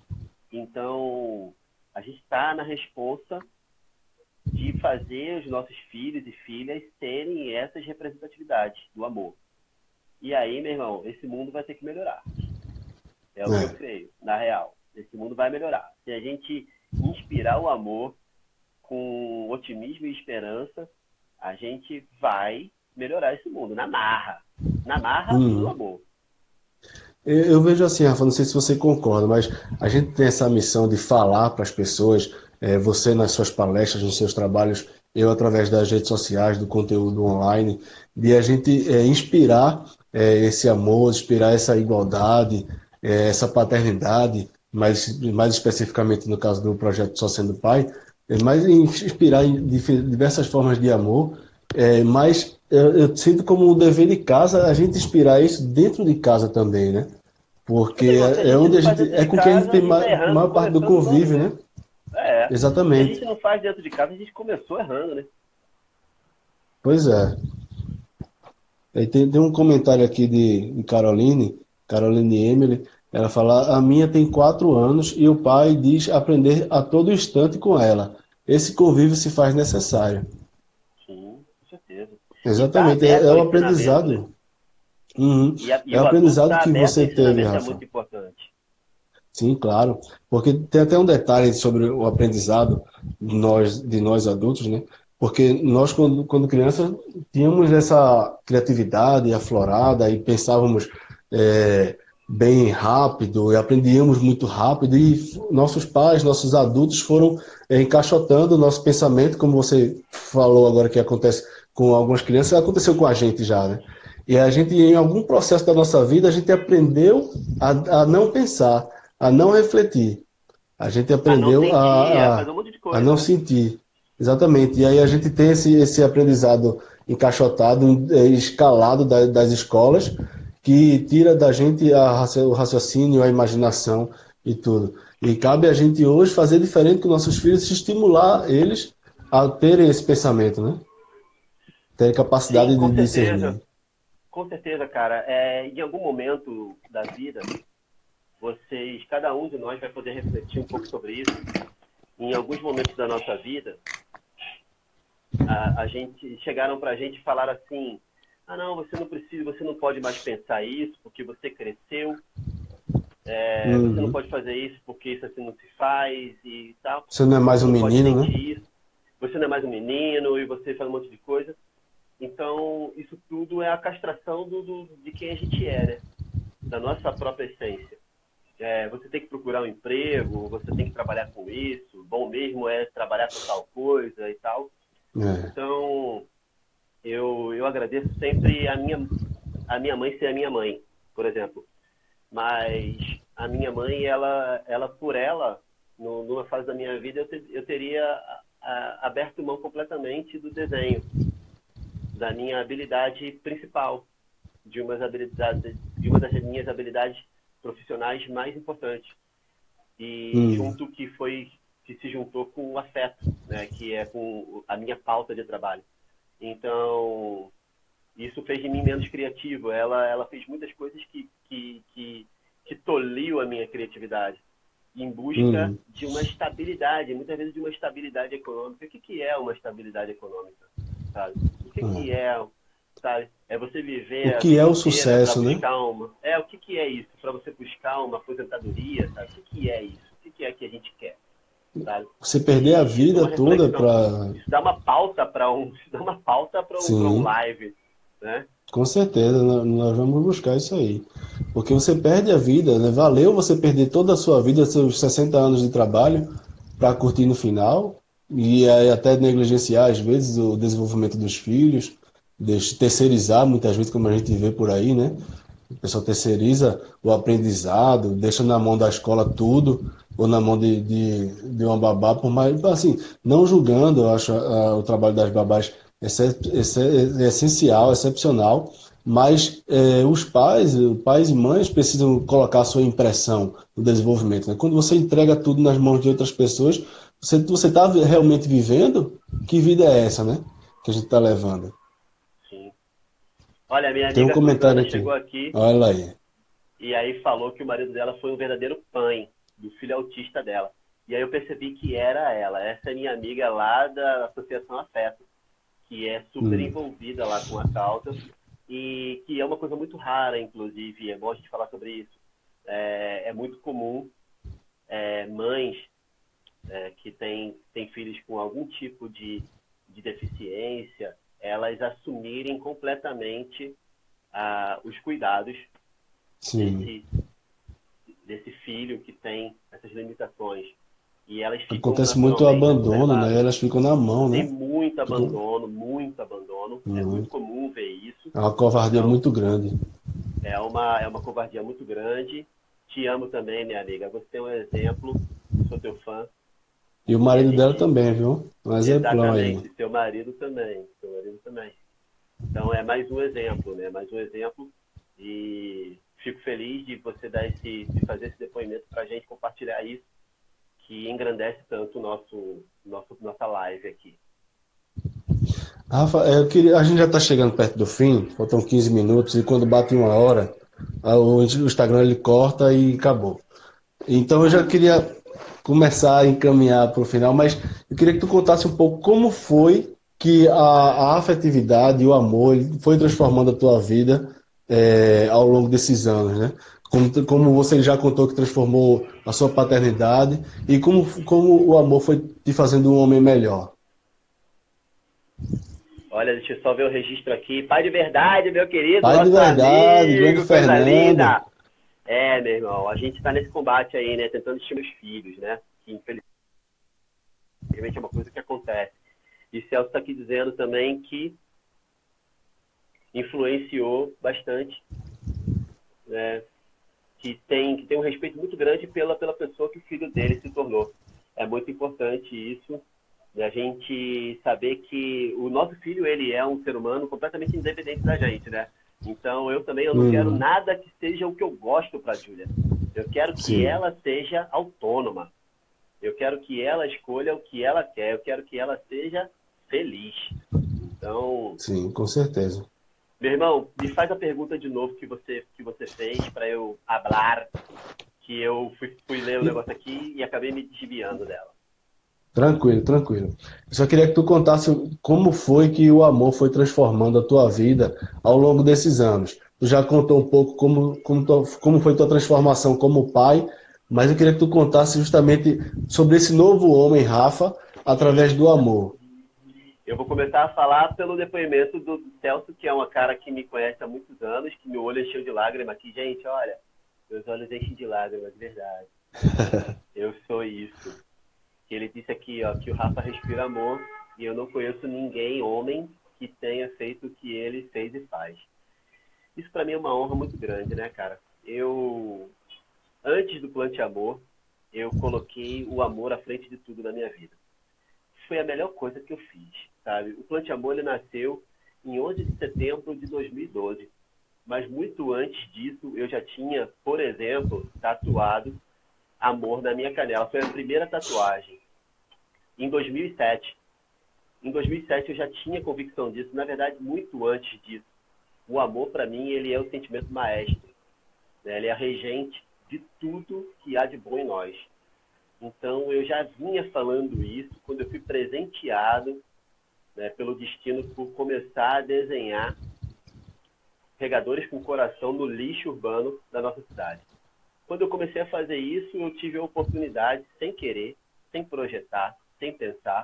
Então, a gente está na responsa de fazer os nossos filhos e filhas terem essas representatividades do amor. E aí, meu irmão, esse mundo vai ter que melhorar. É o é. que eu creio, na real. Esse mundo vai melhorar. Se a gente inspirar o amor com otimismo e esperança, a gente vai melhorar esse mundo, na marra. Na marra hum. do amor. Eu vejo assim, Rafa, não sei se você concorda, mas a gente tem essa missão de falar para as pessoas, é, você nas suas palestras, nos seus trabalhos, eu através das redes sociais, do conteúdo online, de a gente é, inspirar é, esse amor, inspirar essa igualdade, é, essa paternidade, mais, mais especificamente no caso do projeto Só Sendo Pai, é, mas inspirar em diversas formas de amor, é, mas eu, eu sinto como um dever de casa a gente inspirar isso dentro de casa também, né? Porque é, é onde a gente, é com quem a gente tem a maior parte do convívio, né? É. Exatamente. Se a gente não faz dentro de casa, a gente começou errando, né? Pois é. Aí tem, tem um comentário aqui de, de Caroline, Caroline Emily, ela fala: a minha tem quatro anos e o pai diz aprender a todo instante com ela. Esse convívio se faz necessário. Sim, com certeza. Exatamente, tá é, é o aprendizado. Né? Uhum. E a, e é o aprendizado tá que você teve, Rafa. É muito importante. Sim, claro. Porque tem até um detalhe sobre o aprendizado de nós, de nós adultos, né? Porque nós, quando, quando criança, tínhamos essa criatividade aflorada e pensávamos é, bem rápido e aprendíamos muito rápido, e nossos pais, nossos adultos foram é, encaixotando o nosso pensamento, como você falou agora que acontece com algumas crianças, aconteceu com a gente já, né? E a gente, em algum processo da nossa vida, a gente aprendeu a, a não pensar, a não refletir. A gente aprendeu a, não sentir, a, a, a, um monte de coisa, a não né? sentir. Exatamente. E aí a gente tem esse, esse aprendizado encaixotado, é, escalado da, das escolas, que tira da gente a, o raciocínio, a imaginação e tudo. E cabe a gente hoje fazer diferente com nossos filhos, estimular eles a terem esse pensamento, né? Terem capacidade Sim, com de certeza. discernir. Com certeza, cara. É, em algum momento da vida, vocês, cada um de nós vai poder refletir um pouco sobre isso. Em alguns momentos da nossa vida, a, a gente chegaram pra gente e falaram assim: ah, não, você não precisa, você não pode mais pensar isso porque você cresceu. É, Uhum. Você não pode fazer isso porque isso assim não se faz e tal. Você não é mais Você um não pode menino, sentir né? isso. Você não é mais um menino e você faz um monte de coisa. Então, isso tudo é a castração do, do, de quem a gente é, né? Da nossa própria essência. É, você tem que procurar um emprego, você tem que trabalhar com isso, bom mesmo é trabalhar com tal coisa e tal. É. Então, eu, eu agradeço sempre a minha, a minha mãe ser a minha mãe, por exemplo. Mas a minha mãe, ela, ela por ela, no, numa fase da minha vida, eu, te, eu teria a, a, aberto mão completamente do desenho, da minha habilidade principal, de, umas habilidades, de uma das minhas habilidades profissionais mais importantes. E Hum. junto que foi, que se juntou com o afeto, né, que é com a minha pauta de trabalho. Então, isso fez de mim menos criativo. Ela, ela fez muitas coisas que, que, que, que tolhiu a minha criatividade em busca Hum. de uma estabilidade, muitas vezes de uma estabilidade econômica. O que, que é uma estabilidade econômica? Sabe? O que, que é, sabe? É você viver O a que é vida o inteira para sucesso, né? buscar uma... É, o que, que é isso? Para você buscar uma aposentadoria, sabe? O que, que é isso? O que, que é que a gente quer? Sabe? Você perder a E isso é vida uma toda reflexão. para... Isso dá uma pauta para um, isso dá uma pauta para um, para um Sim, live, né? com certeza, nó- nós vamos buscar isso aí. Porque você perde a vida, né? Valeu você perder toda a sua vida, seus sessenta anos de trabalho, para curtir no final, e aí até negligenciar, às vezes, o desenvolvimento dos filhos, deixa- terceirizar, muitas vezes, como a gente vê por aí, né? O pessoal terceiriza o aprendizado, deixa na mão da escola tudo, ou na mão de, de, de uma babá, por mais, assim, não julgando, eu acho ah, o trabalho das babás excep- ex- é essencial, excepcional, mas eh, os pais, pais e mães precisam colocar a sua impressão no desenvolvimento, né? Quando você entrega tudo nas mãos de outras pessoas, você você está realmente vivendo? Que vida é essa, né? Que a gente está levando. Sim. Olha, minha Tem um amiga comentário Suzana chegou aqui. aqui Olha aí. e aí falou que o marido dela foi um verdadeiro pai do filho autista dela. E aí eu percebi que era ela. Essa é minha amiga lá da Associação Afeto, que é super Hum. envolvida lá com a causa e que é uma coisa muito rara, inclusive, é bom a gente falar sobre isso. É, é muito comum é, mães é, que têm, têm filhos com algum tipo de, de deficiência, elas assumirem completamente ah, os cuidados Sim. desse, desse filho que tem essas limitações. E elas ficam Acontece muito naturalmente abandono, né? assoberbadas. Elas ficam na mão, Tem né? muito Ficam... abandono, muito abandono. É muito Muito. comum ver isso. É uma covardia Então, muito grande. é uma, é uma covardia muito grande. Te amo também, minha amiga. Você é um exemplo. Sou teu fã. E o E a marido dela gente, também, viu? Um exemplão aí. exatamente, seu marido também. Seu marido também. Então, é mais um exemplo, né? Mais um exemplo. E fico feliz de você dar esse, de fazer esse depoimento para a gente compartilhar isso, que engrandece tanto o nosso, nosso, nossa live aqui. Rafa, eu queria... a gente já está chegando perto do fim, faltam quinze minutos, e quando bate uma hora, a- o Instagram ele corta e acabou. Então eu já queria começar a encaminhar para o final, mas eu queria que tu contasse um pouco como foi que a, a afetividade e o amor ele foi transformando a tua vida é, ao longo desses anos, né? Como, tu- como você já contou que transformou a sua paternidade e como, como o amor foi te fazendo um homem melhor. Olha, deixa eu só ver o registro aqui. Pai de verdade, meu querido, Pai de nosso verdade, grande amigo, coisa Fernando. linda. É, meu irmão, a gente está nesse combate aí, né? Tentando estimular os filhos, né? Que infelizmente é uma coisa que acontece. E Celso está aqui dizendo também que influenciou bastante, né? Que tem, que tem um respeito muito grande pela, pela pessoa que o filho dele se tornou. É muito importante isso, A gente saber que o nosso filho, ele é um ser humano completamente independente da gente, né? Então, eu também eu não Uhum. quero nada que seja o que eu gosto para a Júlia. Eu quero que Sim. ela seja autônoma. Eu quero que ela escolha o que ela quer. Eu quero que ela seja feliz. Então, Sim, com certeza. meu irmão, me faz a pergunta de novo que você, que você fez para eu hablar, que eu fui, fui ler o E- negócio aqui e acabei me desviando dela. Tranquilo, tranquilo. Eu só queria que tu contasse como foi que o amor foi transformando a tua vida ao longo desses anos. Tu já contou um pouco como, como, tua- como foi tua transformação como pai, mas eu queria que tu contasse justamente sobre esse novo homem, Rafa, através do amor. Eu vou começar a falar pelo depoimento do Celso, que é uma cara que me conhece há muitos anos, que meu olho encheu de lágrima aqui. Gente, olha, meus olhos enchem de lágrimas, de verdade. Eu sou isso. Ele disse aqui, ó, que o Rafa respira amor e eu não conheço ninguém, homem, que tenha feito o que ele fez e faz. Isso para mim é uma honra muito grande, né, cara? Eu, antes do Plante Amor, eu coloquei o amor à frente de tudo na minha vida. Foi a melhor coisa que eu fiz, sabe? O Plante Amor, ele nasceu em onze de setembro de dois mil e doze. Mas muito antes disso, eu já tinha, por exemplo, tatuado amor na minha canela. Foi a primeira tatuagem. Em dois mil e sete. Em dois mil e sete eu já tinha convicção disso. Na verdade, muito antes disso. O amor, para mim, ele é o sentimento maestro, né? Ele é a regente de tudo que há de bom em nós. Então, eu já vinha falando isso quando eu fui presenteado, né, pelo destino por começar a desenhar regadores com coração no lixo urbano da nossa cidade. Quando eu comecei a fazer isso, eu tive a oportunidade, sem querer, sem projetar, sem pensar,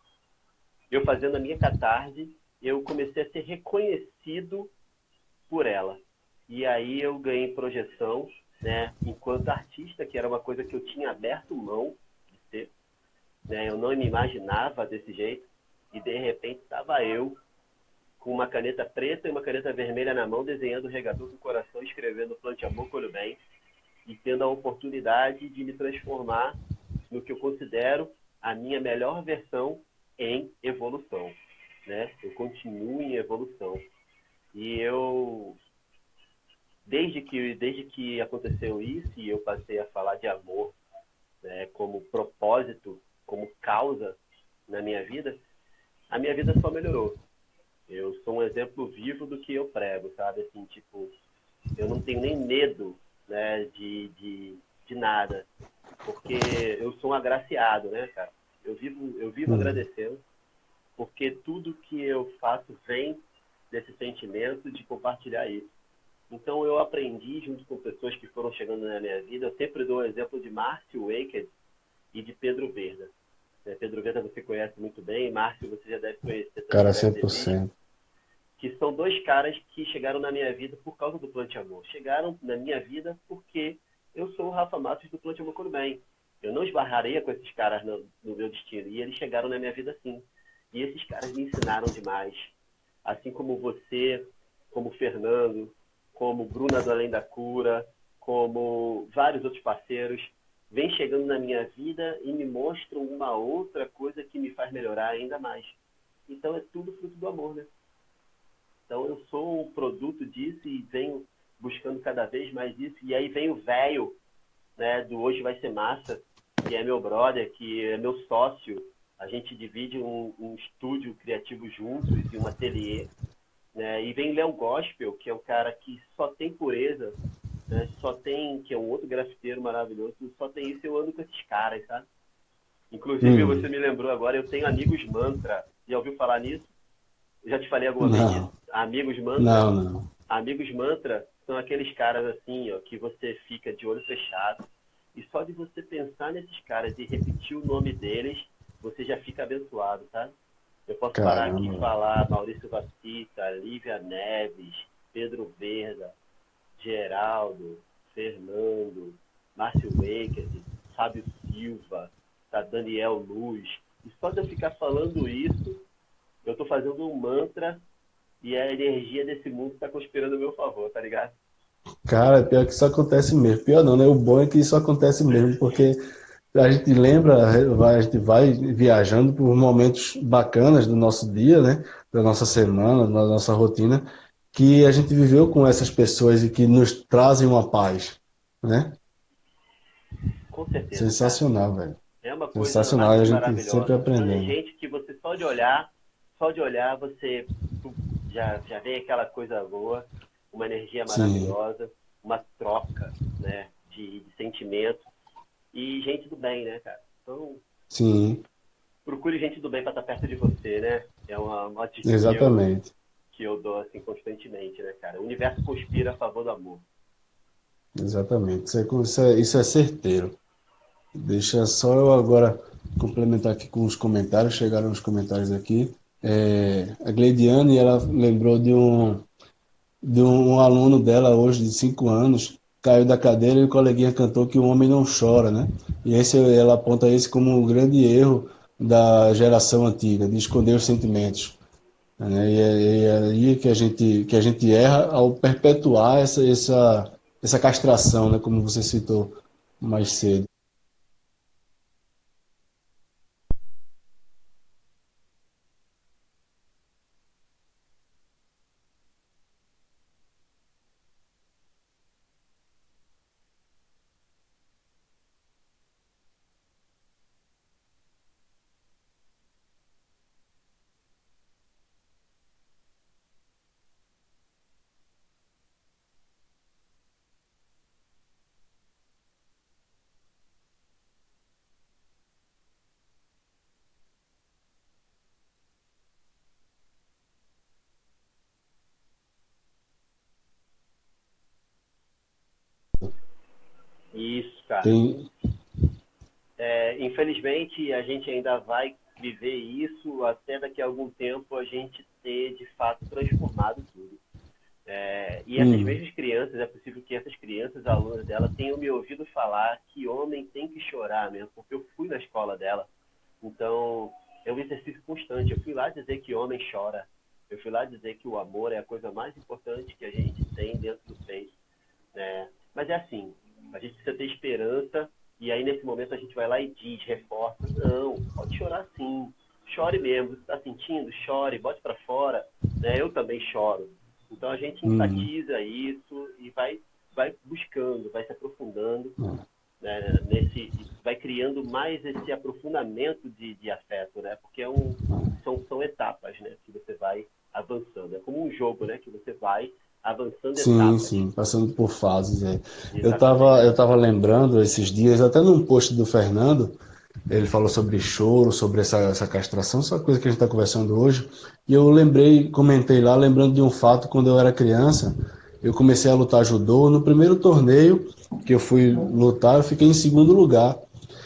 eu fazendo a minha catarse, eu comecei a ser reconhecido por ela. E aí eu ganhei projeção, né, enquanto artista, que era uma coisa que eu tinha aberto mão de ser, né, eu não me imaginava desse jeito, e de repente estava eu com uma caneta preta e uma caneta vermelha na mão, desenhando o regador com o coração, escrevendo Plante Amor, Colho Bem, e tendo a oportunidade de me transformar no que eu considero a minha melhor versão em evolução, né? Eu continuo em evolução. E eu, desde que, desde que aconteceu isso e eu passei a falar de amor, né, como propósito, como causa na minha vida, a minha vida só melhorou. Eu sou um exemplo vivo do que eu prego, sabe? Assim, tipo, eu não tenho nem medo, né, de, de, de nada, porque eu sou um agraciado, né, cara? Eu vivo, eu vivo Uhum. agradecendo, porque tudo que eu faço vem desse sentimento de compartilhar isso. Então, eu aprendi, junto com pessoas que foram chegando na minha vida, eu sempre dou o exemplo de Márcio Waker e de Pedro Verda. Pedro Verda você conhece muito bem, Márcio você já deve conhecer também, Cara, deve ter cem por visto. cento. Que são dois caras que chegaram na minha vida por causa do Plante Amor. Chegaram na minha vida porque eu sou o Rafa Matos do Plante Amor Colho Bem. Eu não esbarraria com esses caras no, no meu destino. E eles chegaram na minha vida assim. E esses caras me ensinaram demais. Assim como você, como o Fernando, como o Bruna do Além da Cura, como vários outros parceiros, vêm chegando na minha vida e me mostram uma outra coisa que me faz melhorar ainda mais. Então é tudo fruto do amor, né? Então eu sou um produto disso e venho buscando cada vez mais isso. E aí vem o velho, né, do Hoje Vai Ser Massa, que é meu brother, que é meu sócio. A gente divide um, um estúdio criativo juntos e um ateliê. Né? E vem Léo Gospel, que é um cara que só tem pureza, né? Só tem, que é um outro grafiteiro maravilhoso, só tem isso, eu ando com esses caras, sabe? Inclusive, Hum. você me lembrou agora, eu tenho Amigos Mantra. Já ouviu falar nisso? Eu já te falei alguma vez Não, disso? Amigos Mantra. não, não. Amigos Mantra são aqueles caras assim, ó, que você fica de olho fechado e só de você pensar nesses caras e repetir o nome deles, você já fica abençoado, tá? Eu posso parar aqui e Caramba. falar Maurício Vacita, Lívia Neves, Pedro Verda, Geraldo, Fernando, Márcio Waker, Fábio Silva, tá? Daniel Luz. E só de eu ficar falando isso, eu estou fazendo um mantra e a energia desse mundo está conspirando a meu favor, tá ligado? Cara, pior que isso acontece mesmo. Pior não, né? O bom é que isso acontece mesmo, porque a gente lembra, vai- a gente vai viajando por momentos bacanas do nosso dia, né? Da nossa semana, da nossa rotina, que a gente viveu com essas pessoas e que nos trazem uma paz, né? Com certeza, cara. Sensacional, velho. É uma coisa Sensacional, mais e do a que gente sempre maravilhosa. Então, é aprendendo. gente que você só de olhar, só de olhar, você pum, já, já vem aquela coisa boa, uma energia Sim, maravilhosa, uma troca, né, de, de sentimento e gente do bem, né, cara? Então, sim, procure gente do bem para estar perto de você, né? É uma, uma dica que eu, exatamente. que eu dou assim constantemente, né, cara? O universo conspira a favor do amor. Exatamente. Isso é, isso é, isso é certeiro. Deixa só eu agora complementar aqui com os comentários. Chegaram os comentários aqui. É, a Gleidiane, ela lembrou de um, de um aluno dela hoje, de cinco anos, caiu da cadeira e o coleguinha cantou que o homem não chora, né? E esse, ela aponta esse como um grande erro da geração antiga, de esconder os sentimentos, né? E é, e é aí que a gente, que a gente erra ao perpetuar essa, essa, essa castração, né? Como você citou mais cedo. Isso, cara. Tem, É, infelizmente, a gente ainda vai viver isso até daqui a algum tempo a gente ter, de fato, transformado tudo. É, e essas hum, mesmas crianças, é possível que essas crianças, alunas dela, tenham me ouvido falar que homem tem que chorar mesmo, porque eu fui na escola dela. Então, é um exercício constante. Eu fui lá dizer que homem chora. Eu fui lá dizer que o amor é a coisa mais importante que a gente tem dentro do peito, né? Mas é assim, a gente precisa ter esperança e aí nesse momento a gente vai lá e diz, reforça, não, pode chorar sim, chore mesmo, você está sentindo, chore, bote para fora, né? Eu também choro. Então a gente hum, enfatiza isso e vai, vai buscando, vai se aprofundando, hum. né, nesse, vai criando mais esse aprofundamento de, de afeto, né? Porque é um, são, são etapas, né? Que você vai avançando. É como um jogo, né? Que você vai avançando Sim, etapas. sim, passando por fases. É. Eu tava, Exatamente. eu tava lembrando esses dias, até num post do Fernando, ele falou sobre choro, sobre essa, essa castração, essa coisa que a gente está conversando hoje. E eu lembrei, comentei lá, lembrando de um fato, quando eu era criança, eu comecei a lutar judô. No primeiro torneio que eu fui lutar, eu fiquei em segundo lugar.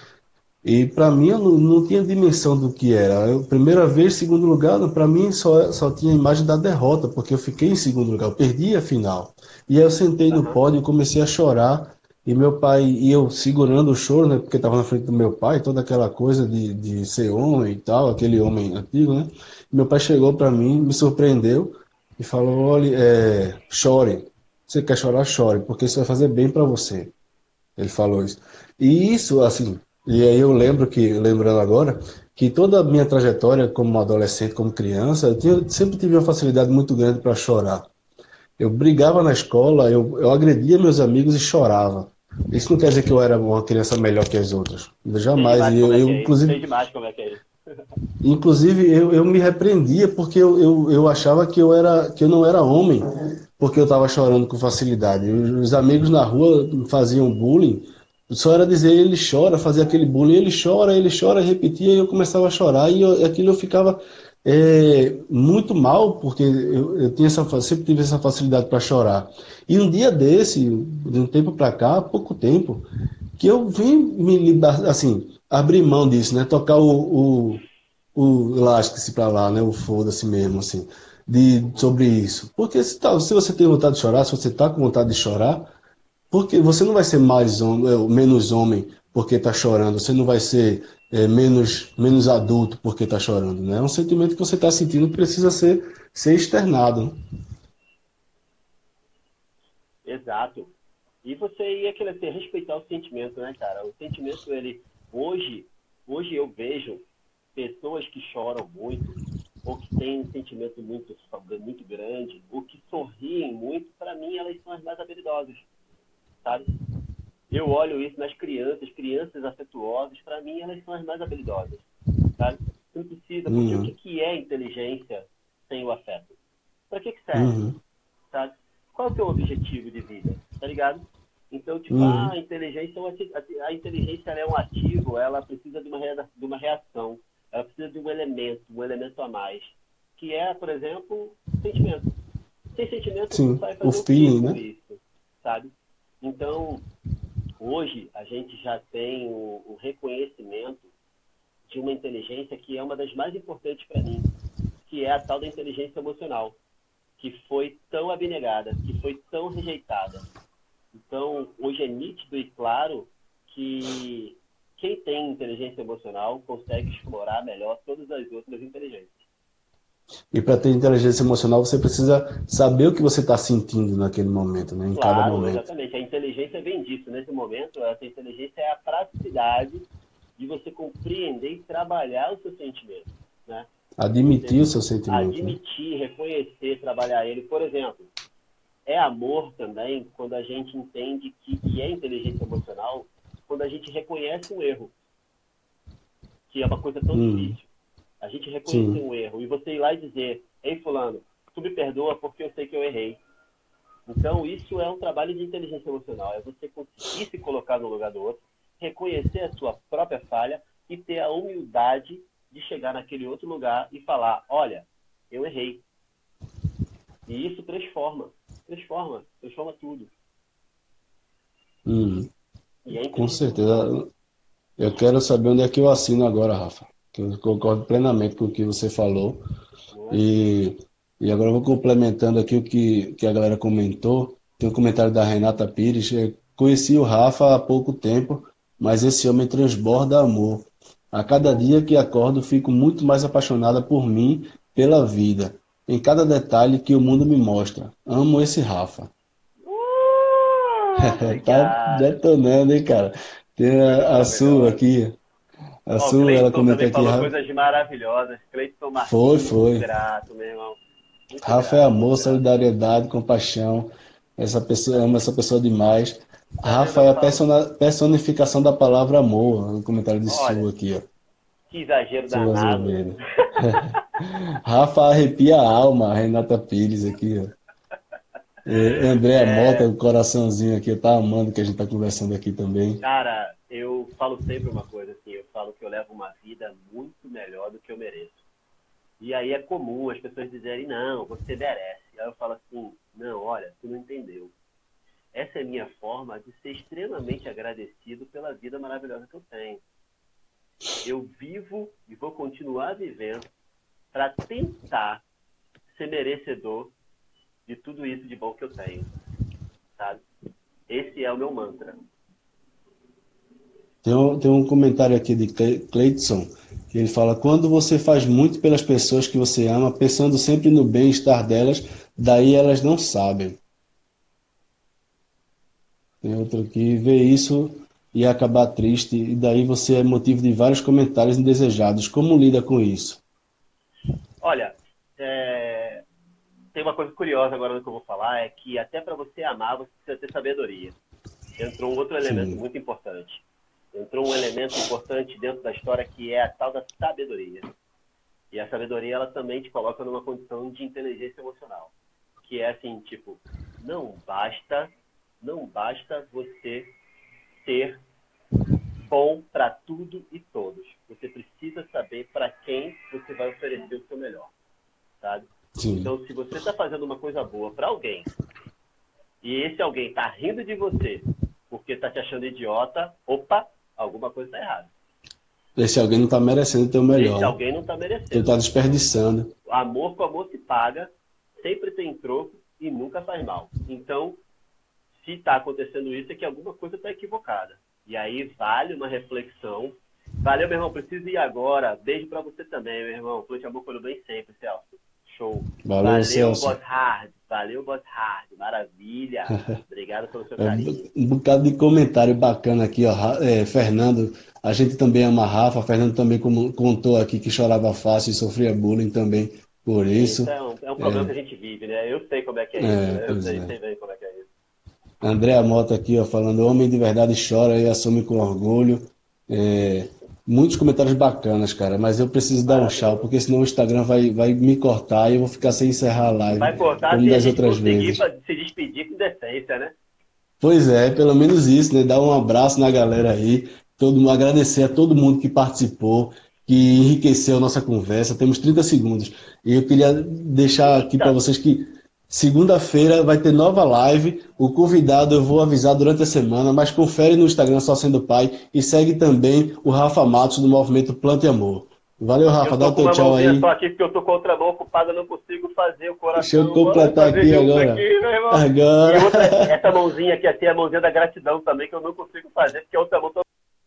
E para mim eu não, não tinha dimensão do que era. Eu, primeira vez, segundo lugar, para mim só, só tinha a imagem da derrota, porque eu fiquei em segundo lugar, eu perdi a final. E aí eu sentei no Aham. pódio e comecei a chorar. E meu pai, e eu segurando o choro, né, porque estava na frente do meu pai, toda aquela coisa de, de ser homem e tal, aquele homem antigo, né? E meu pai chegou para mim, me surpreendeu e falou: olha, é, chore. Você quer chorar, chore, porque isso vai fazer bem para você. Ele falou isso. E isso, assim, e aí eu lembro que, lembrando agora, que toda a minha trajetória como adolescente, como criança, eu tinha- sempre tive uma facilidade muito grande para chorar. Eu brigava na escola, eu, eu agredia meus amigos e chorava. Isso não quer dizer que eu era uma criança melhor que as outras. Sei Jamais. E demais eu, como é eu, que é isso. Sei inclusive, demais como é que é isso. inclusive eu, eu me repreendia porque eu, eu, eu achava que eu, era, que eu não era homem, porque eu estava chorando com facilidade. Os amigos na rua faziam bullying, só era dizer ele chora, fazer aquele bullying, ele chora, ele chora, repetia, e eu começava a chorar, e eu, aquilo eu ficava é, muito mal, porque eu, eu tinha essa, sempre tive essa facilidade para chorar. E um dia desse, de um tempo para cá, pouco tempo, que eu vim me libar, assim, abrir mão disso, né? Tocar o, o o lasque-se pra lá, né? O foda-se mesmo, assim, de, sobre isso. Porque se, tá, se você tem vontade de chorar, se você tá com vontade de chorar, porque você não vai ser mais homem, é, menos homem porque tá chorando, você não vai ser é, menos, menos adulto porque tá chorando, né? É um sentimento que você tá sentindo que precisa ser, ser externado, né? Exato. E você ia querer ter, respeitar o sentimento, né, cara? O sentimento, ele, Hoje, hoje eu vejo pessoas que choram muito, ou que têm um sentimento muito, muito grande, ou que sorriem muito, para mim elas são as mais habilidosas, sabe? Eu olho isso nas crianças, crianças afetuosas, para mim elas são as mais habilidosas, sabe? Você não precisa, porque o que Uhum. que é inteligência sem o afeto? Para que que serve, Uhum. sabe? Qual é o teu objetivo de vida, tá ligado? Então, tipo, ah, Uhum. a inteligência, é um ati- a inteligência ela é um ativo, ela precisa de uma, rea- de uma reação, ela precisa de um elemento, um elemento a mais, que é, por exemplo, sentimento. Sem sentimento, tu Sim, vai o fazer o que feeling, com né? isso, sabe? Então, hoje, a gente já tem o, o reconhecimento de uma inteligência que é uma das mais importantes para mim, que é a tal da inteligência emocional, que foi tão abnegada, que foi tão rejeitada. Então, hoje é nítido e claro que quem tem inteligência emocional consegue explorar melhor todas as outras inteligências. E para ter inteligência emocional, você precisa saber o que você está sentindo naquele momento, né? Em cada Claro, momento. exatamente. A inteligência vem disso. Nesse momento, essa inteligência é a praticidade de você compreender e trabalhar o seu sentimento, né? De você Admitir o seu sentimento, né? admitir, reconhecer, trabalhar ele. Por exemplo, é amor também quando a gente entende que, e é inteligência emocional, quando a gente reconhece um erro, que é uma coisa tão Uhum. difícil. A gente reconhecer Sim. um erro e você ir lá e dizer, ei fulano, tu me perdoa porque eu sei que eu errei. Então isso é um trabalho de inteligência emocional, é você conseguir se colocar no lugar do outro, reconhecer a sua própria falha e ter a humildade de chegar naquele outro lugar e falar, olha, eu errei. E isso transforma, transforma, transforma tudo. Uhum. E é Com inteligência emocional. certeza. Eu quero saber onde é que eu assino agora, Rafa. Que eu concordo plenamente com o que você falou. Não é? E, e agora eu vou complementando aqui o que, que a galera comentou. Tem um comentário da Renata Pires. Eu conheci o Rafa há pouco tempo, mas esse homem transborda amor. A cada dia que acordo, fico muito mais apaixonada por mim, pela vida, em cada detalhe que o mundo me mostra. Amo esse Rafa. Uh, Tá obrigado. detonando, hein, cara? Tem Coisa a, a Su maravilhosa. aqui. A Ó, o Su, ela Cleiton comenta também aqui. falou Ra- coisas maravilhosas. Cleiton Foi, Martins, muito foi. grato, meu irmão. Muito Rafa é grato, muito amor, grato. solidariedade, compaixão. Essa pessoa ama essa pessoa demais. Tá vendo? Rafa Eu é a falo, persona- personificação da palavra amor. No comentário de Su olha, aqui, ó. que exagero Su danado. Azevedo. Rafa arrepia a alma, a Renata Pires aqui, ó. E Andréa Mota, É, o coraçãozinho aqui, tá amando que a gente tá conversando aqui também. cara, eu falo sempre uma coisa assim, eu falo que eu levo uma vida muito melhor do que eu mereço. E aí é comum as pessoas dizerem, não, você merece. Aí eu falo assim, não, olha, tu não entendeu. Essa é a minha forma de ser extremamente agradecido pela vida maravilhosa que eu tenho. Eu vivo e vou continuar vivendo para tentar ser merecedor de tudo isso de bom que eu tenho, sabe? Esse é o meu mantra. Tem um, tem um comentário aqui de Cle- Cleidson, que ele fala: quando você faz muito pelas pessoas que você ama, pensando sempre no bem-estar delas, daí elas não sabem. Tem outro aqui, vê isso e acabar triste, e daí você é motivo de vários comentários indesejados. Como lida com isso? Olha, é, tem uma coisa curiosa agora no que eu vou falar, é que até para você amar, você precisa ter sabedoria. Entrou um outro elemento Sim, muito importante. Entrou um elemento importante dentro da história que é a tal da sabedoria. E a sabedoria, ela também te coloca numa condição de inteligência emocional. Que é assim, tipo, não basta, não basta você ser bom para tudo e todos. Você precisa saber para quem você vai oferecer o seu melhor, sabe? sim. Então, se você está fazendo uma coisa boa para alguém e esse alguém está rindo de você porque está te achando idiota, opa, alguma coisa está errada. Esse alguém não está merecendo o teu Esse melhor, né? alguém não está Tu tá merecendo. Então, desperdiçando. amor com amor se paga, sempre tem troco e nunca faz mal. Então, se está acontecendo isso, é que alguma coisa está equivocada. E aí vale uma reflexão. Valeu, meu irmão, preciso ir agora. Beijo para você também, meu irmão. Plante amor pelo bem sempre, Celso. Show. Valeu, Valeu, Celso. Boss Hard. Valeu, Boss Hard. Maravilha. Obrigado pelo seu É, carinho. um bocado de comentário bacana aqui, ó. Ra- é, Fernando A gente também ama a Rafa, a Fernando também como- contou aqui que chorava fácil e sofria bullying também por isso. Isso é um, é um problema que a gente vive, né? Eu sei como é que é, É, isso, né? Eu pois sei, é. sei bem como é que é isso. Andréa Mota aqui, ó, falando, homem de verdade chora e assume com orgulho. É, muitos comentários bacanas, cara, mas eu preciso dar um tchau, Maravilhoso. porque senão o Instagram vai, vai me cortar e eu vou ficar sem encerrar a live, Vai cortar como se a das gente outras conseguir vezes. fa- se despedir com decência, né? Pois é, pelo menos isso, né? Dar um abraço na galera aí, todo mundo, agradecer a todo mundo que participou, que enriqueceu a nossa conversa. Temos trinta segundos. E eu queria deixar aqui para Eita, vocês que segunda-feira vai ter nova live. O convidado eu vou avisar durante a semana, mas confere no Instagram Só Sendo Pai e segue também o Rafa Matos do Movimento Plante Amor. Valeu, Rafa, eu dá tô o com teu uma tchau mãozinha aí. só aqui porque eu tô com outra mão ocupada, não consigo fazer o Deixa eu coração. Bora completar fazer aqui junto agora. aqui, meu irmão. E Agora. outra, essa mãozinha aqui assim, é a mãozinha da gratidão também, que eu não consigo fazer, porque a outra mão tá